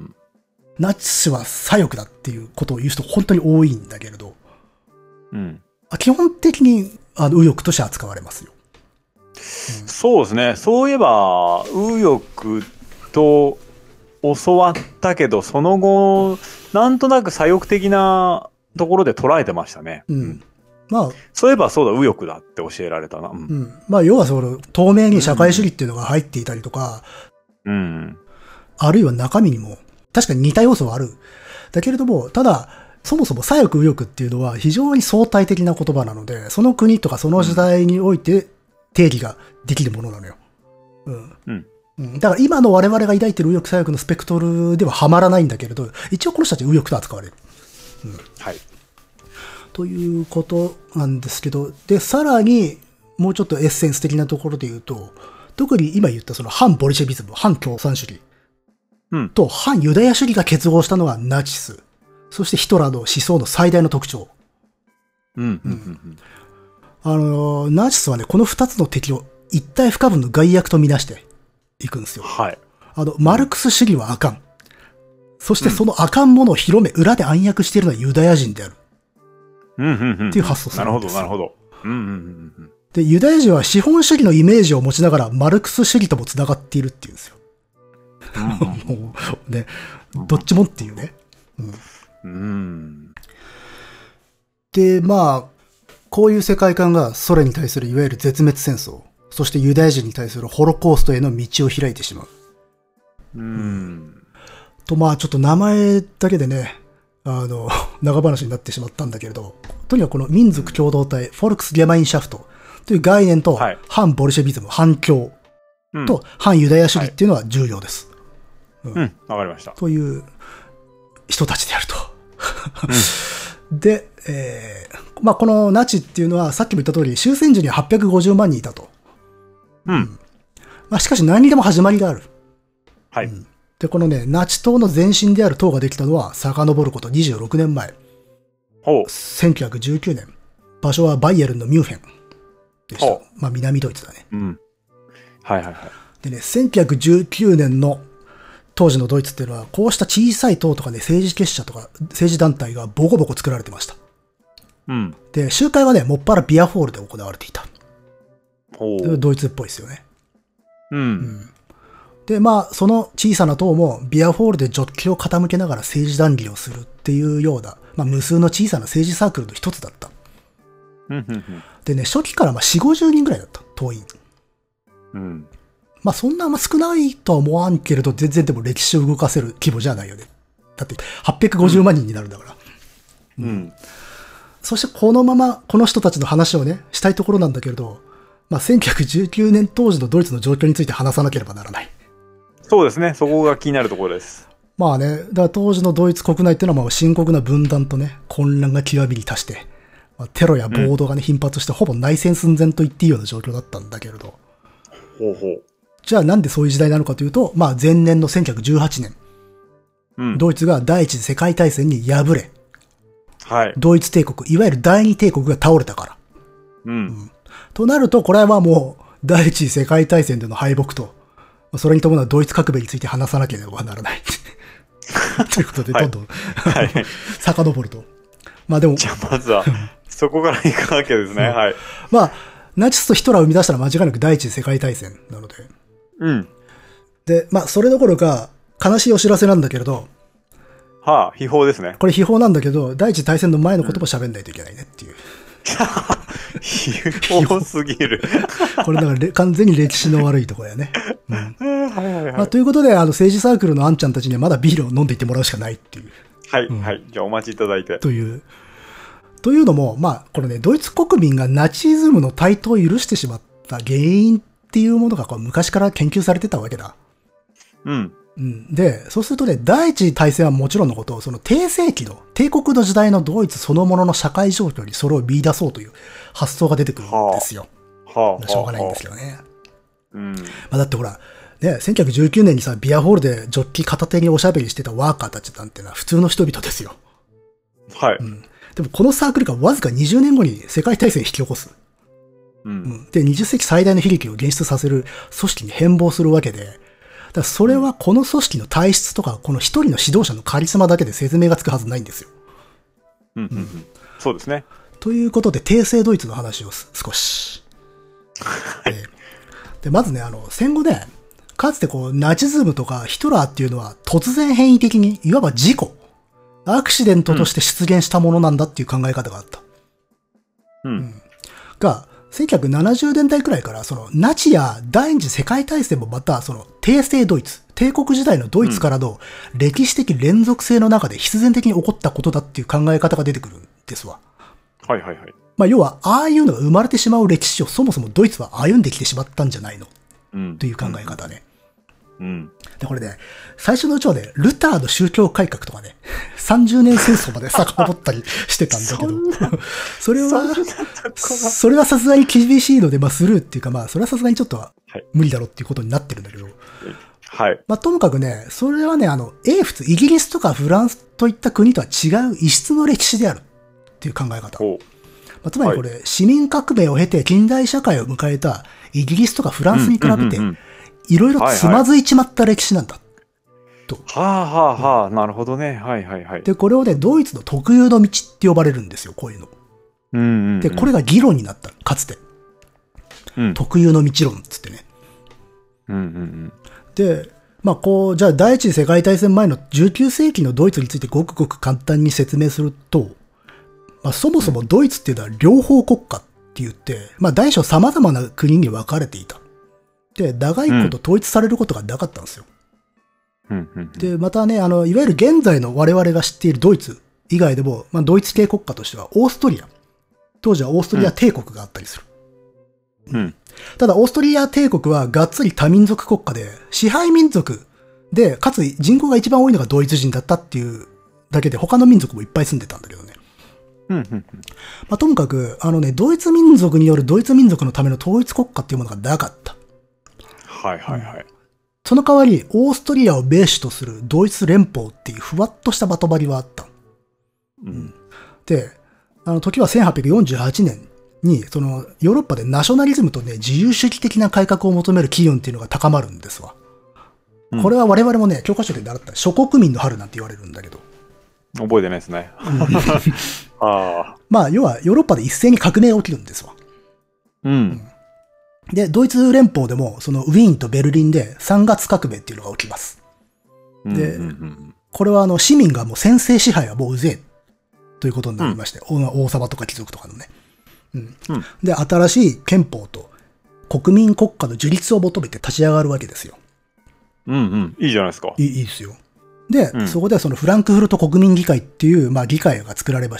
ナチスは左翼だっていうことを言う人本当に多いんだけれど、 うん、 基本的にあの右翼として扱われますよ。 うん、そうですね。そういえば、右翼と教わったけど、その後、なんとなく左翼的なところで捉えてましたね。 うん。まあ。 そういえばそうだ、右翼だって教えられたな。うん。 うん、まあ、要はその、透明に社会主義っていうのが入っていたりとか、 うん。 あるいは中身にも、確かに似た要素はある。だけれども、ただ、そもそも左翼右翼っていうのは非常に相対的な言葉なので、その国とかその時代において定義ができるものなのよ。うん。 うんうん、だから今の我々が抱いている右翼左翼のスペクトルでははまらないんだけれど、一応この人たち右翼と扱われる。うん、 はい。 ということなんですけど、で、さらにもうちょっとエッセンス的なところで言うと、特に今言ったその反ボリシェビズム、反共産主義、 うん、 と反ユダヤ主義が結合したのがナチス。そしてヒトラーの思想の最大の特徴。 うんうんうんうん、 あの、ナチスはね、この二つの敵を一体不可分の害悪とみなしていくんですよ。 はい。 あの、マルクス主義はあかん。そしてそのあかんものを広め、裏で暗躍しているのはユダヤ人である。 うんうんうん、 っていう発想するんですよ。 なるほど、なるほど。うんうんうん、 で、ユダヤ人は資本主義のイメージを持ちながら、マルクス主義とも繋がっているっていうんですよ。うん、もうね、どっちもっていうね。うんうん、 で、まあ、こういう世界観がソ連に対するいわゆる絶滅戦争、そしてユダヤ人に対するホロコーストへの道を開いてしまう。 うん、 と、まあちょっと名前だけでね、あの、長話になってしまったんだけれど、とにかくこの民族共同体、フォルクスゲマインシャフトという概念と、はい、反ボルシェビズム、反共と反ユダヤ主義っていうのは重要です。 うん、わ、うん、かりました。 という人たちであると。うん、で、えー、まあこのナチっていうのはさっきも言った通り、終戦時にははっぴゃくごじゅうまんにんいたと。 うん。 まあしかし何にでも始まりがある。 はい。 うん、で、このね、ナチ党の前身である党ができたのは遡ることにじゅうろくねんまえ。 ほう。 せんきゅうひゃくじゅうきゅうねん。場所はバイエルンのミュンヘンでした。まあ南ドイツだね。 うん。はいはいはい。 でね、せんきゅうひゃくじゅうきゅうねんの当時のドイツっていうのは、こうした小さい党とかね、政治結社とか政治団体がボコボコ作られてました。 うん。 で、集会はね、もっぱらビアホールで行われていた。 ほう。 ドイツっぽいですよね。 うん。うんで、まあ、その小さな党もビアホールでジョッキを傾けながら政治談義をするっていうような、まあ、無数の小さな政治サークルの一つだった。でね、初期からまあよんじゅう、ごじゅうにんぐらいだった、党員。 うん。 まあ、そんなあんま少ないとは思わんけれど、全然でも歴史を動かせる規模じゃないよね。だって、はっぴゃくごじゅうまんにんになるんだから。 うん。うん、 そしてこのままこの人たちの話をね、したいところなんだけれど、まあ、せんきゅうひゃくじゅうきゅうねん当時のドイツの状況について話さなければならない。 そうですね。そこが気になるところです。 まあね、だから当時のドイツ国内っていうのはまあ深刻な分断とね、混乱が極みに達して、まあ、テロや暴動がね、うん、頻発してほぼ内戦寸前と言っていいような状況だったんだけれど。 ほうほう。 じゃあなんでそういう時代なのかというと、まあ前年のせんきゅうひゃくじゅうはちねん、うん、ドイツが第一次世界大戦に敗れ、 はい、 ドイツ帝国、いわゆる第二帝国が倒れたから。 うんうん、となると、これはもう第一次世界大戦での敗北と、それに伴うドイツ革命について話さなければならない。ということで、どんどん、はい、遡ると。まあでも。 じゃあまずは、そこから行くわけですね。はい。 まあ、ナチスとヒトラーを生み出したのは間違いなく第一次世界大戦なので。 うん。 で、まあ、それどころか、悲しいお知らせなんだけれど。 はあ、秘宝ですね。 これ秘宝なんだけど、第一次大戦の前のことも喋んないといけないねっていう。 秘宝すぎる。 これだから完全に歴史の悪いところやね。うん。はいはいはい。まあ、ということで、あの、政治サークルのあんちゃんたちにはまだビールを飲んでいってもらうしかないっていう。 はい、うん、はい。じゃあお待ちいただいて。 という。というのも、まあ、これね、ドイツ国民がナチズムの台頭を許してしまった原因っていうものがこう昔から研究されてたわけだ。 うん。 うん。で、そうするとね、第一次大戦はもちろんのこと、その帝政期の、帝国の時代のドイツそのものの社会状況にそれを見出そうという発想が出てくるんですよ。はあ、しょうがないんですけどね。 うん。まあだってほら、ね、せんきゅうひゃくじゅうきゅうねんにさ、ビアホールでジョッキ片手におしゃべりしてたワーカーたちなんてのは普通の人々ですよ。 はい。 うん。でもこのサークルがわずかにじゅうねんごに世界大戦を引き起こす。 うん。 で、にじゅっ世紀最大の悲劇を現出させる組織に変貌するわけで、だからそれはこの組織の体質とか、この一人の指導者のカリスマだけで説明がつくはずないんですよ。 うんうんうん。そうですね。 ということで、帝政ドイツの話を少し。 はい。 で、まずね、あの、戦後ね、かつてこう、ナチズムとかヒトラーっていうのは突然変異的に、いわば事故、アクシデントとして出現したものなんだっていう考え方があった。 うん。うん、 が、せんきゅうひゃくななじゅうねんだいくらいから、その、ナチや第二次世界大戦もまた、その、帝政ドイツ、帝国時代のドイツからの歴史的連続性の中で必然的に起こったことだっていう考え方が出てくるんですわ。 はいはいはい。 まあ、要は、ああいうのが生まれてしまう歴史をそもそもドイツは歩んできてしまったんじゃないの、 うん、 という考え方ね。 うん。 で、これね、最初のうちはね、ルターの宗教改革とかね、さんじゅうねん戦争まで遡ったりしてたんだけど、それは、それはさすがに厳しいので、まあスルーっていうか、まあそれはさすがにちょっと無理だろうっていうことになってるんだけど、 はい。 まあともかくね、それはね、あの、英仏、イギリスとかフランスといった国とは違う異質の歴史であるっていう考え方。まあ、つまりこれ、はい、市民革命を経て近代社会を迎えたイギリスとかフランスに比べて、いろいろつまずいちまった歴史なんだ。はいはい、と。 はあはあはあ、うん、なるほどね。はいはいはい。 で、これをね、ドイツの特有の道って呼ばれるんですよ、こういうの。 うんうんうん、 で、これが議論になった、かつて。うん、特有の道論っつってね。 うんうんうん、 で、まあこう、じゃあ第一次世界大戦前のじゅうきゅう世紀のドイツについてごくごく簡単に説明すると、まあそもそもドイツっていうのは両方国家って言って、まあ大小様々な国に分かれていた。で、長いこと統一されることがなかったんですよ。 うんうんうん、 で、またね、あの、いわゆる現在の我々が知っているドイツ以外でも、まあドイツ系国家としてはオーストリア。当時はオーストリア帝国があったりする。 うん、 ただ、オーストリア帝国はがっつり多民族国家で、支配民族で、かつ人口が一番多いのがドイツ人だったっていうだけで、他の民族もいっぱい住んでたんだけどね。 うんうんうん、 まあ、ともかく、あのね、ドイツ民族によるドイツ民族のための統一国家っていうものがなかった。 はいはいはい。 その代わり、オーストリアをベースとするドイツ連邦っていうふわっとしたまとまりはあった。 うん、 で、あの、時はせんはっぴゃくよんじゅうはちねんに、その、ヨーロッパでナショナリズムとね、自由主義的な改革を求める機運っていうのが高まるんですわ。うん、これは我々もね、教科書で習った諸国民の春なんて言われるんだけど。 覚えてないですね。あまあ、要はヨーロッパで一斉に革命が起きるんですわ。 うん。うん、 で、ドイツ連邦でも、そのウィーンとベルリンでさんがつ革命っていうのが起きます。で、うんうんうん、これはあの、市民がもう専制支配はもううぜえということになりまして、うん、王様とか貴族とかのね。うんうん、で、新しい憲法と国民国家の樹立を求めて立ち上がるわけですよ。 うんうん。いいじゃないですか。 いい、いいですよ。で、うん、そこではそのフランクフルト国民議会っていう、まあ議会が作られまして、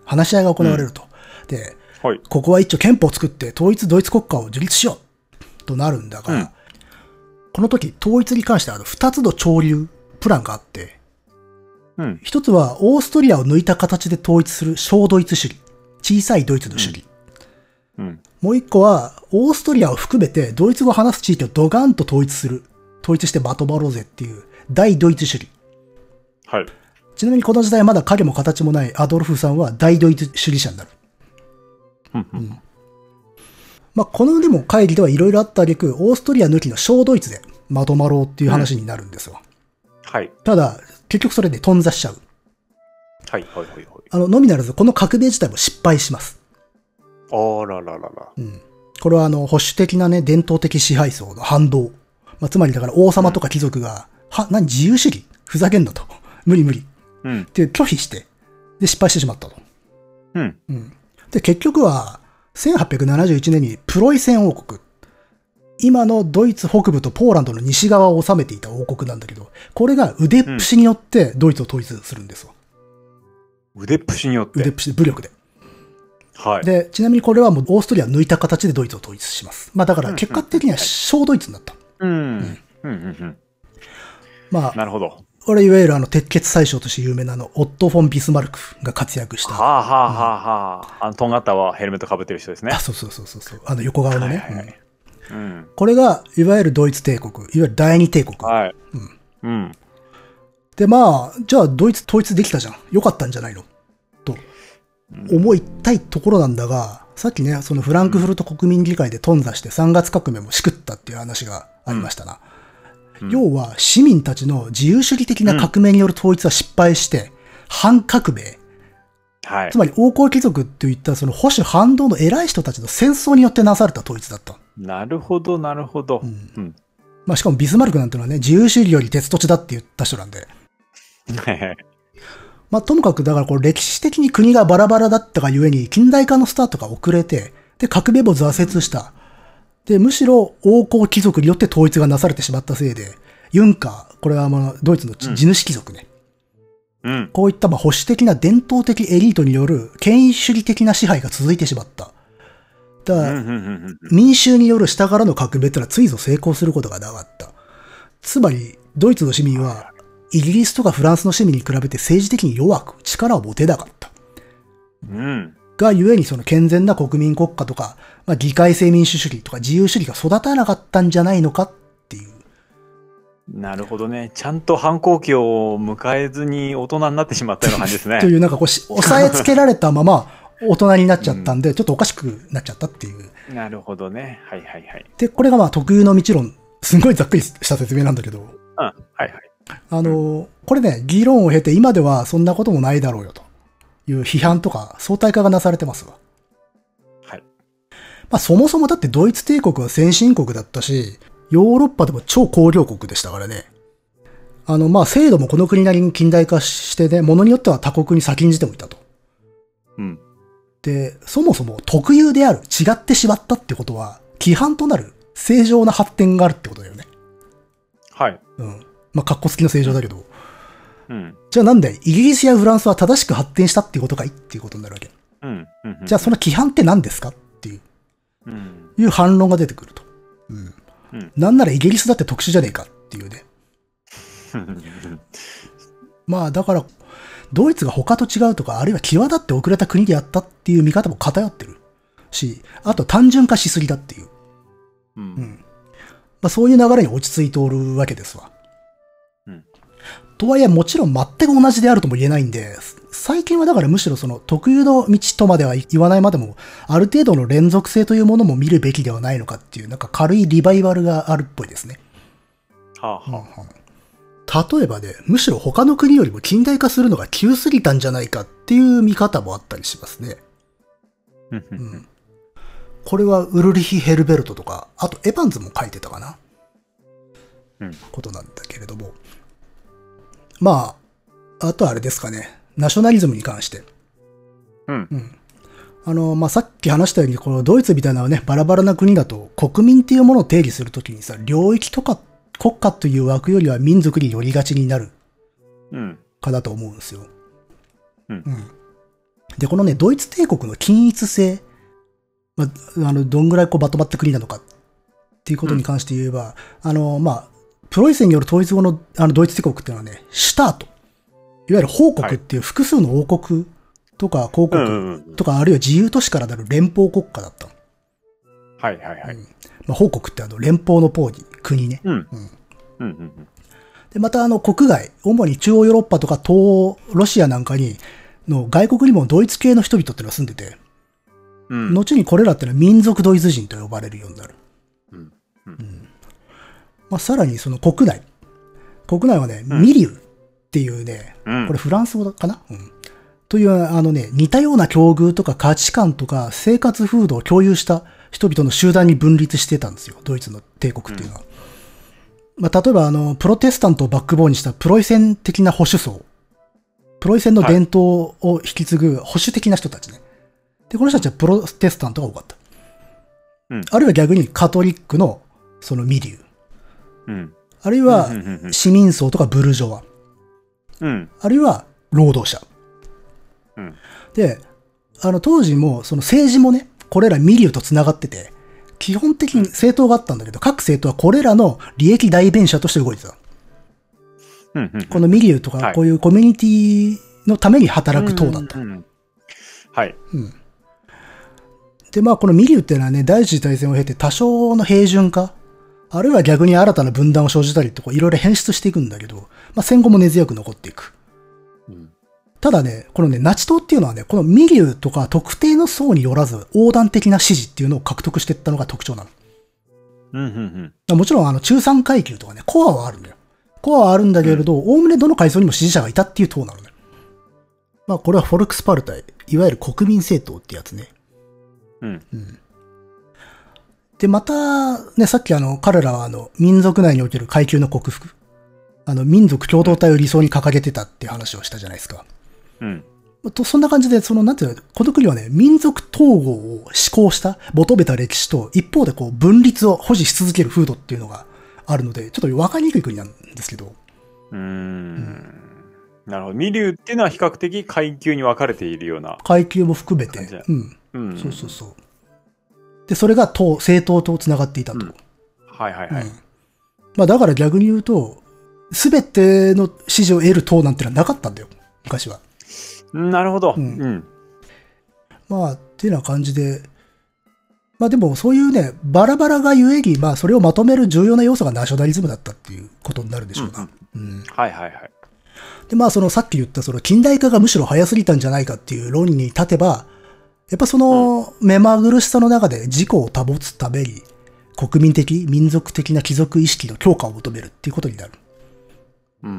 話し合いが行われると。うん、で、はい、ここは一応憲法を作って統一ドイツ国家を樹立しようとなるんだが、うん、この時統一に関しては二つの潮流プランがあって、うん、一つはオーストリアを抜いた形で統一する小ドイツ主義。小さいドイツの主義。うんうん、もう一個は、オーストリアを含めてドイツ語を話す地域をドガンと統一する。統一してまとまろうぜっていう大ドイツ主義。はい。ちなみにこの時代まだ影も形もないアドルフさんは大ドイツ主義者になる。うん、まあ、このでも会議ではいろいろあった挙句、オーストリア抜きの小ドイツでまとまろうっていう話になるんですよ。うん、はい。ただ、結局それで頓挫しちゃう。はい、はい、はい、はい。あの、のみならず、この革命自体も失敗します。 あらららら。 うん。これはあの、保守的なね、伝統的支配層の反動。まあ、つまりだから王様とか貴族が、うん、は、何自由主義ふざけんなと。無理無理。うん。って拒否して、で、失敗してしまったと。うん。うん。で、結局は、せんはっぴゃくななじゅういちねんにプロイセン王国。今のドイツ北部とポーランドの西側を治めていた王国なんだけど、これが腕っぷしによってドイツを統一するんですよ。 うん、腕っぷしによって腕っぷし、武力で。 はい。 で、ちなみにこれはもうオーストリアを抜いた形でドイツを統一します。まあだから結果的には小ドイツになった。うん。うん。うん。うん。まあ。 なるほど。 これいわゆるあの鉄血宰相として有名なの、オット・フォン・ビスマルクが活躍した。 はあはあはあはあ。あの、とんがったはヘルメット被ってる人ですね。 あ、そうそうそうそう。あの横側のね。はいはいはい、 うん。 これが、いわゆるドイツ帝国、いわゆる第二帝国。 はい。うん。うん。 で、まあ、じゃあドイツ統一できたじゃん。よかったんじゃないのと、思いたいところなんだが、さっきね、そのフランクフルト国民議会で頓挫してさんがつ革命もしくったっていう話がありましたな。うんうん、要は、市民たちの自由主義的な革命による統一は失敗して、反革命。はい。つまり、王侯貴族といったその保守反動の偉い人たちの戦争によってなされた統一だった。 なるほど、なるほど。うん。うん、 まあ、しかもビスマルクなんてのはね、自由主義より鉄土地だって言った人なんで。まあ、ともかく、だからこれ歴史的に国がバラバラだったがゆえに、近代化のスタートが遅れて、で、革命も挫折した。で、むしろ王侯貴族によって統一がなされてしまったせいで、ユンカー、これはまあドイツの地主貴族ね。うん。こういったまあ保守的な伝統的エリートによる権威主義的な支配が続いてしまった。だから、民衆による下からの革命ってのはついぞ成功することがなかった。つまり、ドイツの市民は、イギリスとかフランスの市民に比べて政治的に弱く力を持てなかった。うん。がゆえにその健全な国民国家とか、まあ、議会制民主主義とか自由主義が育たなかったんじゃないのかっていう。 なるほどね。ちゃんと反抗期を迎えずに大人になってしまったような感じですね。 というなんかこうし、押さえつけられたまま大人になっちゃったんで、うん、ちょっとおかしくなっちゃったっていう。 なるほどね。はいはいはい。 で、これがまあ特有の道論。すごいざっくりした説明なんだけど。うん。 はいはい。 あの、うん、これね、議論を経て今ではそんなこともないだろうよという批判とか相対化がなされてますわ。 はい。 まあそもそもだってドイツ帝国は先進国だったし、ヨーロッパでも超工業国でしたからね。あの、まあ制度もこの国なりに近代化してね、ものによっては他国に先んじてもいたと。 うん。で、 そもそも特有である、違ってしまったってことは、規範となる正常な発展があるってことだよね。 はい。 うん。まあ、格好好きの正常だけど。 うん。 じゃあなんで、イギリスやフランスは正しく発展したっていうことかいっていうことになるわけ。 うん。うん、 じゃあその規範って何ですかっていう、 うん、 いう反論が出てくると。うん。うん、なんならイギリスだって特殊じゃねえかっていうね。まあだから、ドイツが他と違うとか、あるいは際立って遅れた国であったっていう見方も偏ってるし、あと単純化しすぎだっていう。 うん。うん、 まあそういう流れに落ち着いておるわけですわ。 うん。 とはいえもちろん全く同じであるとも言えないんで、最近はだからむしろその特有の道とまでは言わないまでも、ある程度の連続性というものも見るべきではないのかっていう、なんか軽いリバイバルがあるっぽいですね。 はあはあ。 うん例えばね、むしろ他の国よりも近代化するのが急すぎたんじゃないかっていう見方もあったりしますね。うん、これはウルリヒ・ヘルベルトとか、あとエヴァンズも書いてたかな、 うん、 ことなんだけれども。まあ、あとあれですかね、ナショナリズムに関して。 うん。 うん、あの、まあ、さっき話したように、このドイツみたいなね、バラバラな国だと、国民っていうものを定義するときにさ、領域とか国家という枠よりは民族に寄りがちになる。 うん。 かだと思うんですよ。 うん。うん。 で、このね、ドイツ帝国の均一性、まあ、あの、どんぐらいこうまとまった国なのかっていうことに関して言えば、うん、あの、まあ、プロイセンによる統一後のあのドイツ帝国っていうのはね、シュタート、いわゆる法国っていう複数の王国とか公国とか、あるいは自由都市からなる連邦国家だった。 はいはいはい。うん、 まあ、法国ってあの連邦の邦に国ね。うんうんうんうん、で、またあの国外、主に中央ヨーロッパとか東欧、ロシアなんかに、の外国にもドイツ系の人々っていうのが住んでて、うん、後にこれらってのは民族ドイツ人と呼ばれるようになる。うんうんうんまあ、さらにその国内。国内はね、うん、ミリューっていうね、うん、これフランス語かな、うん、という、あのね、似たような境遇とか価値観とか生活風土を共有した人々の集団に分立してたんですよ。ドイツの帝国っていうのは。うんまあ、例えばあの、プロテスタントをバックボーンにしたプロイセン的な保守層。プロイセンの伝統を引き継ぐ保守的な人たちね。で、この人たちはプロテスタントが多かった。うん、あるいは逆にカトリックのそのミリュー。うん、あるいは市民層とかブルジョワ。うん、あるいは労働者。うん、で、あの当時もその政治もね、これらミリューと繋がってて、基本的に政党があったんだけど、各政党はこれらの利益代弁者として動いてた。うんうん、このミリューとか、こういうコミュニティのために働く党だった。うんうんうん、はい。うんで、まあ、このミリューっていうのはね、第一次大戦を経て多少の平準化、あるいは逆に新たな分断を生じたりとかいろいろ変質していくんだけど、まあ、戦後も根強く残っていく。うん、ただね、このね、ナチ党っていうのはね、このミリューとか特定の層によらず、横断的な支持っていうのを獲得していったのが特徴なの。うんうんうん、もちろん、あの、中産階級とかね、コアはあるんだよ。コアはあるんだけれど、おおむねどの階層にも支持者がいたっていう党なのね。まあ、これはフォルクスパルタイ、いわゆる国民政党ってやつね。うんうん、で、また、ね、さっきあの、彼らはあの、民族内における階級の克服。あの、民族共同体を理想に掲げてたっていう話をしたじゃないですか。うん。と、そんな感じで、その、なんていうの、この国はね、民族統合を志向した、求めた歴史と、一方でこう、分立を保持し続ける風土っていうのがあるので、ちょっと分かりにくい国なんですけど。 うーん。うんなるほど。ミリューっていうのは比較的階級に分かれているような。 階級も含めて。うん。うん、そうそうそう。で、それが党、政党と繋がっていたと。うん、 はいはいはい。うん、 まあだから逆に言うと、すべての支持を得る党なんてのはなかったんだよ。昔は。 なるほど。 うん。うん、まあ、っていうような感じで。まあでもそういうね、バラバラがゆえに、まあそれをまとめる重要な要素がナショナリズムだったっていうことになるでしょうな。うん、うんうん。 はいはいはい。 で、まあそのさっき言ったその近代化がむしろ早すぎたんじゃないかっていう論に立てば、やっぱその目まぐるしさの中で自己を保つために国民的、民族的な貴族意識の強化を求めるっていうことになる。うんうん、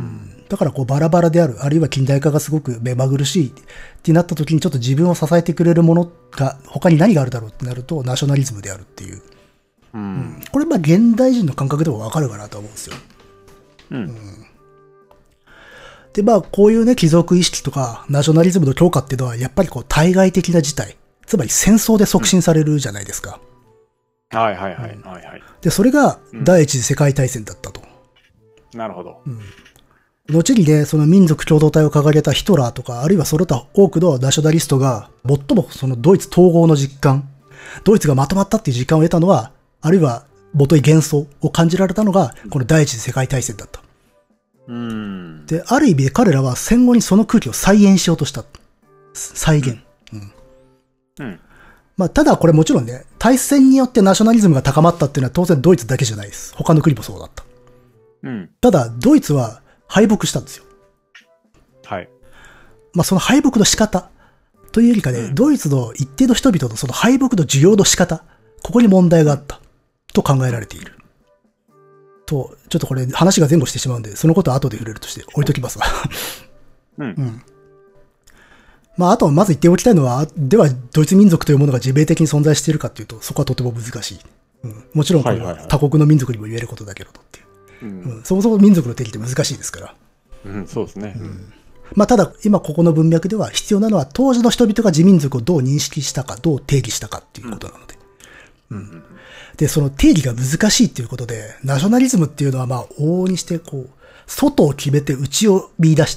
だからこうバラバラである、あるいは近代化がすごく目まぐるしいってなった時にちょっと自分を支えてくれるものが他に何があるだろうってなるとナショナリズムであるっていう。うんうん、これまあ現代人の感覚でもわかるかなと思うんですよ。うんうんで、まあ、こういうね、貴族意識とか、ナショナリズムの強化っていうのは、やっぱりこう、対外的な事態。つまり戦争で促進されるじゃないですか。 うん、はいはいはい、うん、はいはい。 で、それが、第一次世界大戦だったと。 うん、なるほど。うん。 後にね、その民族共同体を掲げたヒトラーとか、あるいはその他多くのナショナリストが、最もそのドイツ統合の実感、ドイツがまとまったっていう実感を得たのは、あるいは、もとい幻想を感じられたのが、この第一次世界大戦だった。うんで、ある意味で彼らは戦後にその空気を再現しようとした。再現。うん。うん。まあ、ただこれもちろんね、大戦によってナショナリズムが高まったっていうのは当然ドイツだけじゃないです。他の国もそうだった。うん。ただ、ドイツは敗北したんですよ。はい。まあ、その敗北の仕方というよりかね、うん、ドイツの一定の人々のその敗北の需要の仕方、ここに問題があったと考えられている。と、ちょっとこれ話が前後してしまうんで、そのことは後で触れるとして置いときますわ。うん。うん。まあ、あとはまず言っておきたいのは、では、ドイツ民族というものが自明的に存在しているかというと、そこはとても難しい。うん。もちろんこれは他国の民族にも言えることだけど、っていう、うんうん。そもそも民族の定義って難しいですから。 うん、そうですね。うん。 まあ、ただ、今ここの文脈では必要なのは、当時の人々が自民族をどう認識したか、どう定義したかっていうことなので。うん。うんで、その定義が難しいっていうことで、ナショナリズムっていうのはまあ、往々にしてこう、外を決めて内を見出して、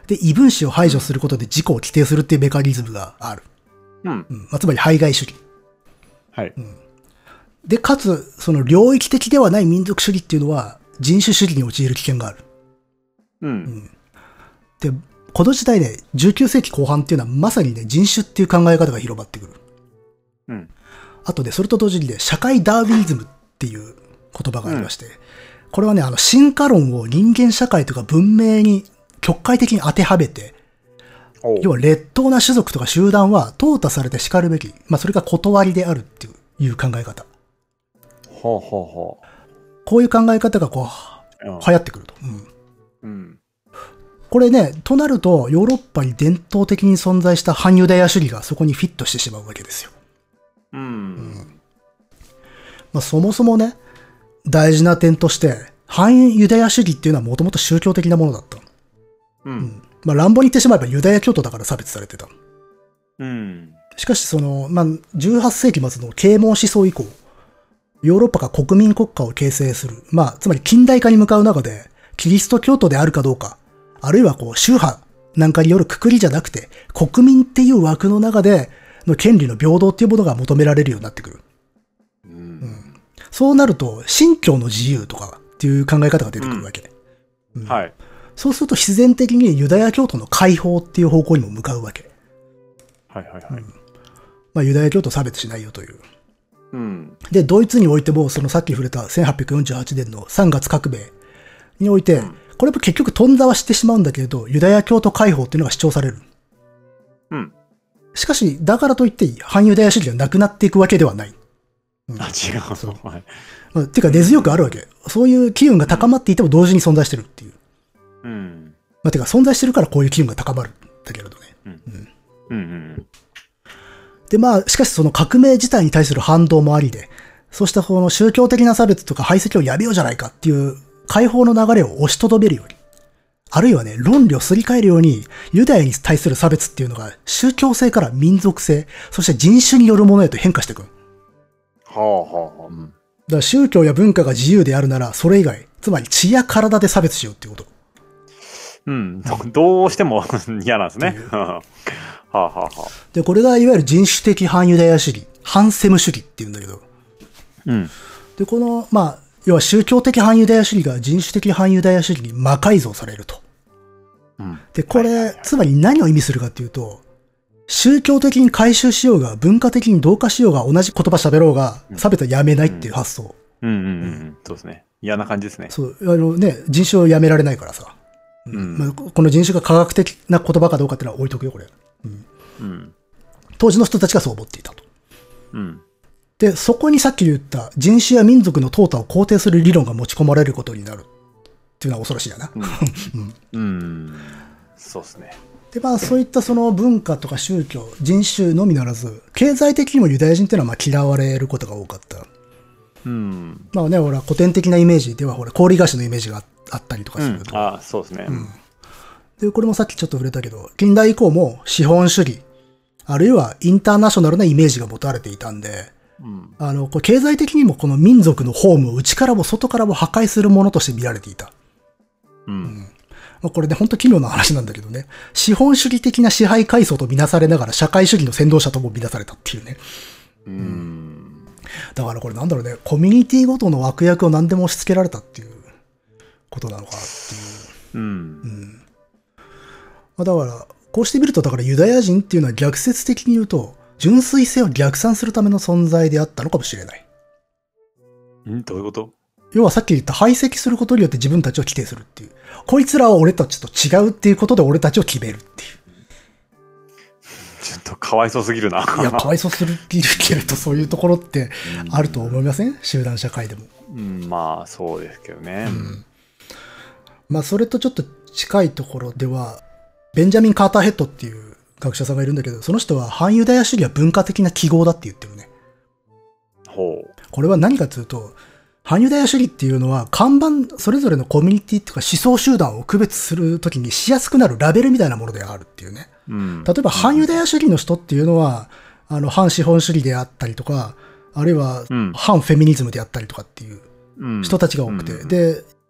で、異分子を排除することで自己を規定するっていうメカニズムがある。 うん。 うんまあ、つまり排外主義。 はい。 うん、で、かつ、その領域的ではない民族主義っていうのは人種主義に陥る危険がある。 うん。うん、 で、この時代ね、じゅうきゅう世紀後半っていうのはまさにね、人種っていう考え方が広まってくる。 うん。 あとで、それと同時にね、社会ダーウィニズムっていう言葉がありまして、うん、これはね、あの、進化論を人間社会とか文明に極快的に当てはめて、要は劣等な種族とか集団は淘汰されて叱るべき。まあ、それが断りであるっていう考え方。 ほうほうほう。 こういう考え方がこう、うん、流行ってくると。うん。うん。これね、となると、ヨーロッパに伝統的に存在した反ユダヤ主義がそこにフィットしてしまうわけですよ。 うん。うん、 まあ、そもそもね、大事な点として、反ユダヤ主義っていうのはもともと宗教的なものだった。 うん。うんまあ、乱暴に言ってしまえばユダヤ教徒だから差別されてた。 うん。 しかし、その、まあ、じゅうはっ世紀末の啓蒙思想以降、ヨーロッパが国民国家を形成する。まあ、つまり近代化に向かう中で、キリスト教徒であるかどうか、あるいはこう、宗派なんかによるくくりじゃなくて、国民っていう枠の中での権利の平等っていうものが求められるようになってくる。 うんうん、 そうなると、信教の自由とかっていう考え方が出てくるわけ。 うんうん、はい。 そうすると必然的にユダヤ教徒の解放っていう方向にも向かうわけ。 はいはいはい。うん、 まあユダヤ教徒差別しないよという。 うん、 で、ドイツにおいても、そのさっき触れたせんはっぴゃくよんじゅうはちねんのさんがつ革命において、うん、これも結局頓挫はしてしまうんだけれど、ユダヤ教徒解放っていうのが主張される。 うん。 しかし、だからといって反ユダヤ主義がなくなっていくわけではない。 うん、あ、違う。 そう。はい。まあ、てか根強くあるわけ。そういう機運が高まっていても同時に存在してるっていう。 うん。 まあ、てか存在してるからこういう機運が高まるんだけれどね。 うん。うん。うんうんで、まあ、しかしその革命自体に対する反動もありで、そうしたこの宗教的な差別とか排斥をやめようじゃないかっていう解放の流れを押しとどめるように、あるいはね、論理をすり替えるように、ユダヤに対する差別っていうのが宗教性から民族性、そして人種によるものへと変化していく。はあはあはあ。うん、 だから宗教や文化が自由であるなら、それ以外、つまり血や体で差別しようっていうこと。 うん、どうしても嫌なんですね。はあはあはあ、 で、これがいわゆる人種的反ユダヤ主義、反セム主義っていうんだけど。 うん。 で、この、まあ、要は宗教的反ユダヤ主義が人種的反ユダヤ主義に魔改造されると。 うん。 で、これ、はいはいはい、つまり何を意味するかっていうと、宗教的に回収しようが、文化的に同化しようが、同じ言葉喋ろうが、差別はやめないっていう発想。 うんうんうん、うんうん。そうですね。嫌な感じですね。 そう、あのね、人種をやめられないからさ。うん。まあ、この人種が科学的な言葉かどうかっていうのは置いとくよ、これ。うんうん、 当時の人たちがそう思っていたと。 うん、 で、そこにさっき言った人種や民族の淘汰を肯定する理論が持ち込まれることになるっていうのは恐ろしいやな。 うん。うんうん、そうですね。 で、まあそういったその文化とか宗教、人種のみならず、経済的にもユダヤ人っていうのはまあ嫌われることが多かった。 うん、 まあね、ほら古典的なイメージではほら氷菓子のイメージがあったりとかすると。 うん、ああ、そうですね。 うんで、これもさっきちょっと触れたけど、近代以降も資本主義、あるいはインターナショナルなイメージが持たれていたんで、うん、あの、こう経済的にもこの民族のホームを内からも外からも破壊するものとして見られていた。 うんうんまあ、これね、本当奇妙な話なんだけどね、資本主義的な支配階層とみなされながら社会主義の先導者ともみなされたっていうね。 うんうん、 だからこれなんだろうね、コミュニティごとの枠役を何でも押し付けられたっていうことなのかなっていう。 うんうんだから、こうしてみると、だからユダヤ人っていうのは逆説的に言うと、純粋性を逆算するための存在であったのかもしれない。 んどういうこと？ 要はさっき言った排斥することによって自分たちを規定するっていう。こいつらは俺たちと違うっていうことで俺たちを決めるっていう。 ちょっとかわいそうすぎるな。 いや、かわいそうすぎるけれど、そういうところってあると思いません？集団社会でも。 うん、まあ、そうですけどね。 うん、まあ、それとちょっと近いところでは、ベンジャミン・カーターヘッドっていう学者さんがいるんだけど、その人は反ユダヤ主義は文化的な記号だって言ってるね。 ほう。 これは何かというと、反ユダヤ主義っていうのは看板、それぞれのコミュニティとか思想集団を区別するときにしやすくなるラベルみたいなものであるっていうね。 うん、 例えば反ユダヤ主義の人っていうのは、あの、反資本主義であったりとか、あるいは反フェミニズムであったりとかっていう人たちが多くて、うん、で、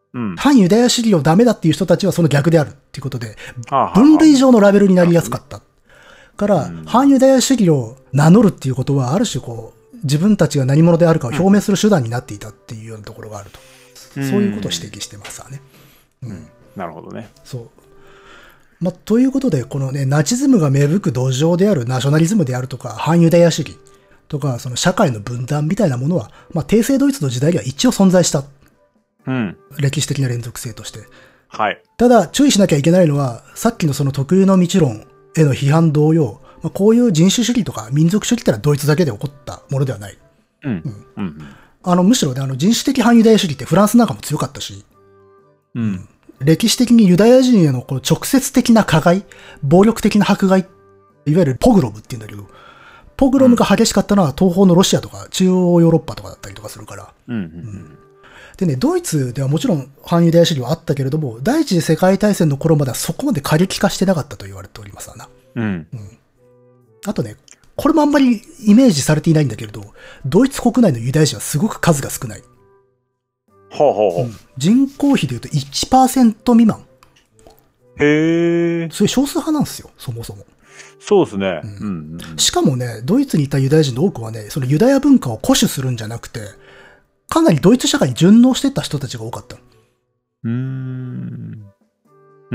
うん。 反ユダヤ主義をダメだっていう人たちはその逆であるっていうことで、 あ分類上のラベルになりやすかった。から、 うん反ユダヤ主義を名乗るっていうことは、ある種こう、自分たちが何者であるかを表明する手段になっていたっていうようなところがあると。 うん、 そういうことを指摘してますわね。うん。 なるほどね。 そう。まあ、ということで、このね、ナチズムが芽吹く土壌であるナショナリズムであるとか、反ユダヤ主義とか、その社会の分断みたいなものは、まあ、帝政ドイツの時代には一応存在した。 うん。 歴史的な連続性として。 はい。 ただ、注意しなきゃいけないのは、さっきのその特有の道論への批判同様、まあ、こういう人種主義とか民族主義ってのはドイツだけで起こったものではない。 うん。うん。うん、 あの、むしろね、あの、人種的反ユダヤ主義ってフランスなんかも強かったし、 うん。 歴史的にユダヤ人へのこう直接的な加害、暴力的な迫害、いわゆるポグロムって言うんだけど、ポグロムが激しかったのは東方のロシアとか中央ヨーロッパとかだったりとかするから。 うん。うんうんでね、ドイツではもちろん反ユダヤ主義はあったけれども、第一次世界大戦の頃まではそこまで過激化してなかったと言われておりますわな。 うん。 うん。あとね、これもあんまりイメージされていないんだけれど、ドイツ国内のユダヤ人はすごく数が少ない。 ほうほうほう。 うん、人口比で言うと いちパーセント 未満。 へえ。 それ少数派なんですよ、そもそも。 そうですね。 ううんん。うん、 しかもね、ドイツにいたユダヤ人の多くはね、そのユダヤ文化を固守するんじゃなくて、かなりドイツ社会に順応していった人たちが多かった。 うーん。うんうんうん。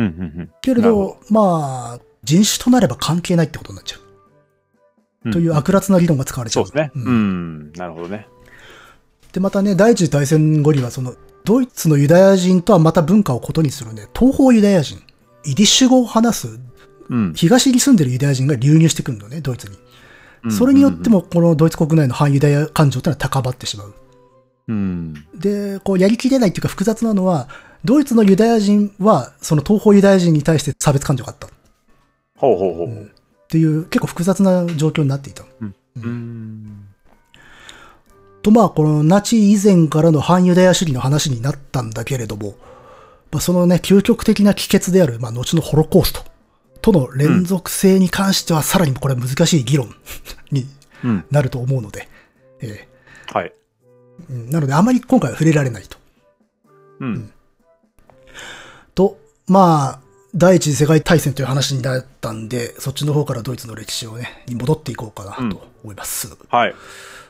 けれど、まあ、人種となれば関係ないってことになっちゃう。という悪辣な理論が使われちゃう。 そうですね。うん。うん、なるほどね。 で、またね、第一次大戦後には、その、ドイツのユダヤ人とはまた文化を異にするね、東方ユダヤ人、イディッシュ語を話す、 うん、 東に住んでるユダヤ人が流入してくるのね、ドイツに。それによっても、このドイツ国内の反ユダヤ感情というのは高まってしまう。 うん、 で、こう、やりきれないっていうか複雑なのは、ドイツのユダヤ人は、その東方ユダヤ人に対して差別感情があった。 ほうほうほう。 うん、っていう、結構複雑な状況になっていた。 うんうん、 と、まあ、このナチ以前からの反ユダヤ主義の話になったんだけれども、まあ、そのね、究極的な帰結である、まあ、後のホロコーストとの連続性に関しては、さらにこれ難しい議論になると思うので、うん、えー、はい。 なので、あまり今回は触れられないと。 うん。うん、 と、まあ、第一次世界大戦という話になったんで、そっちの方からドイツの歴史をね、に戻っていこうかなと思います。 うん、はい。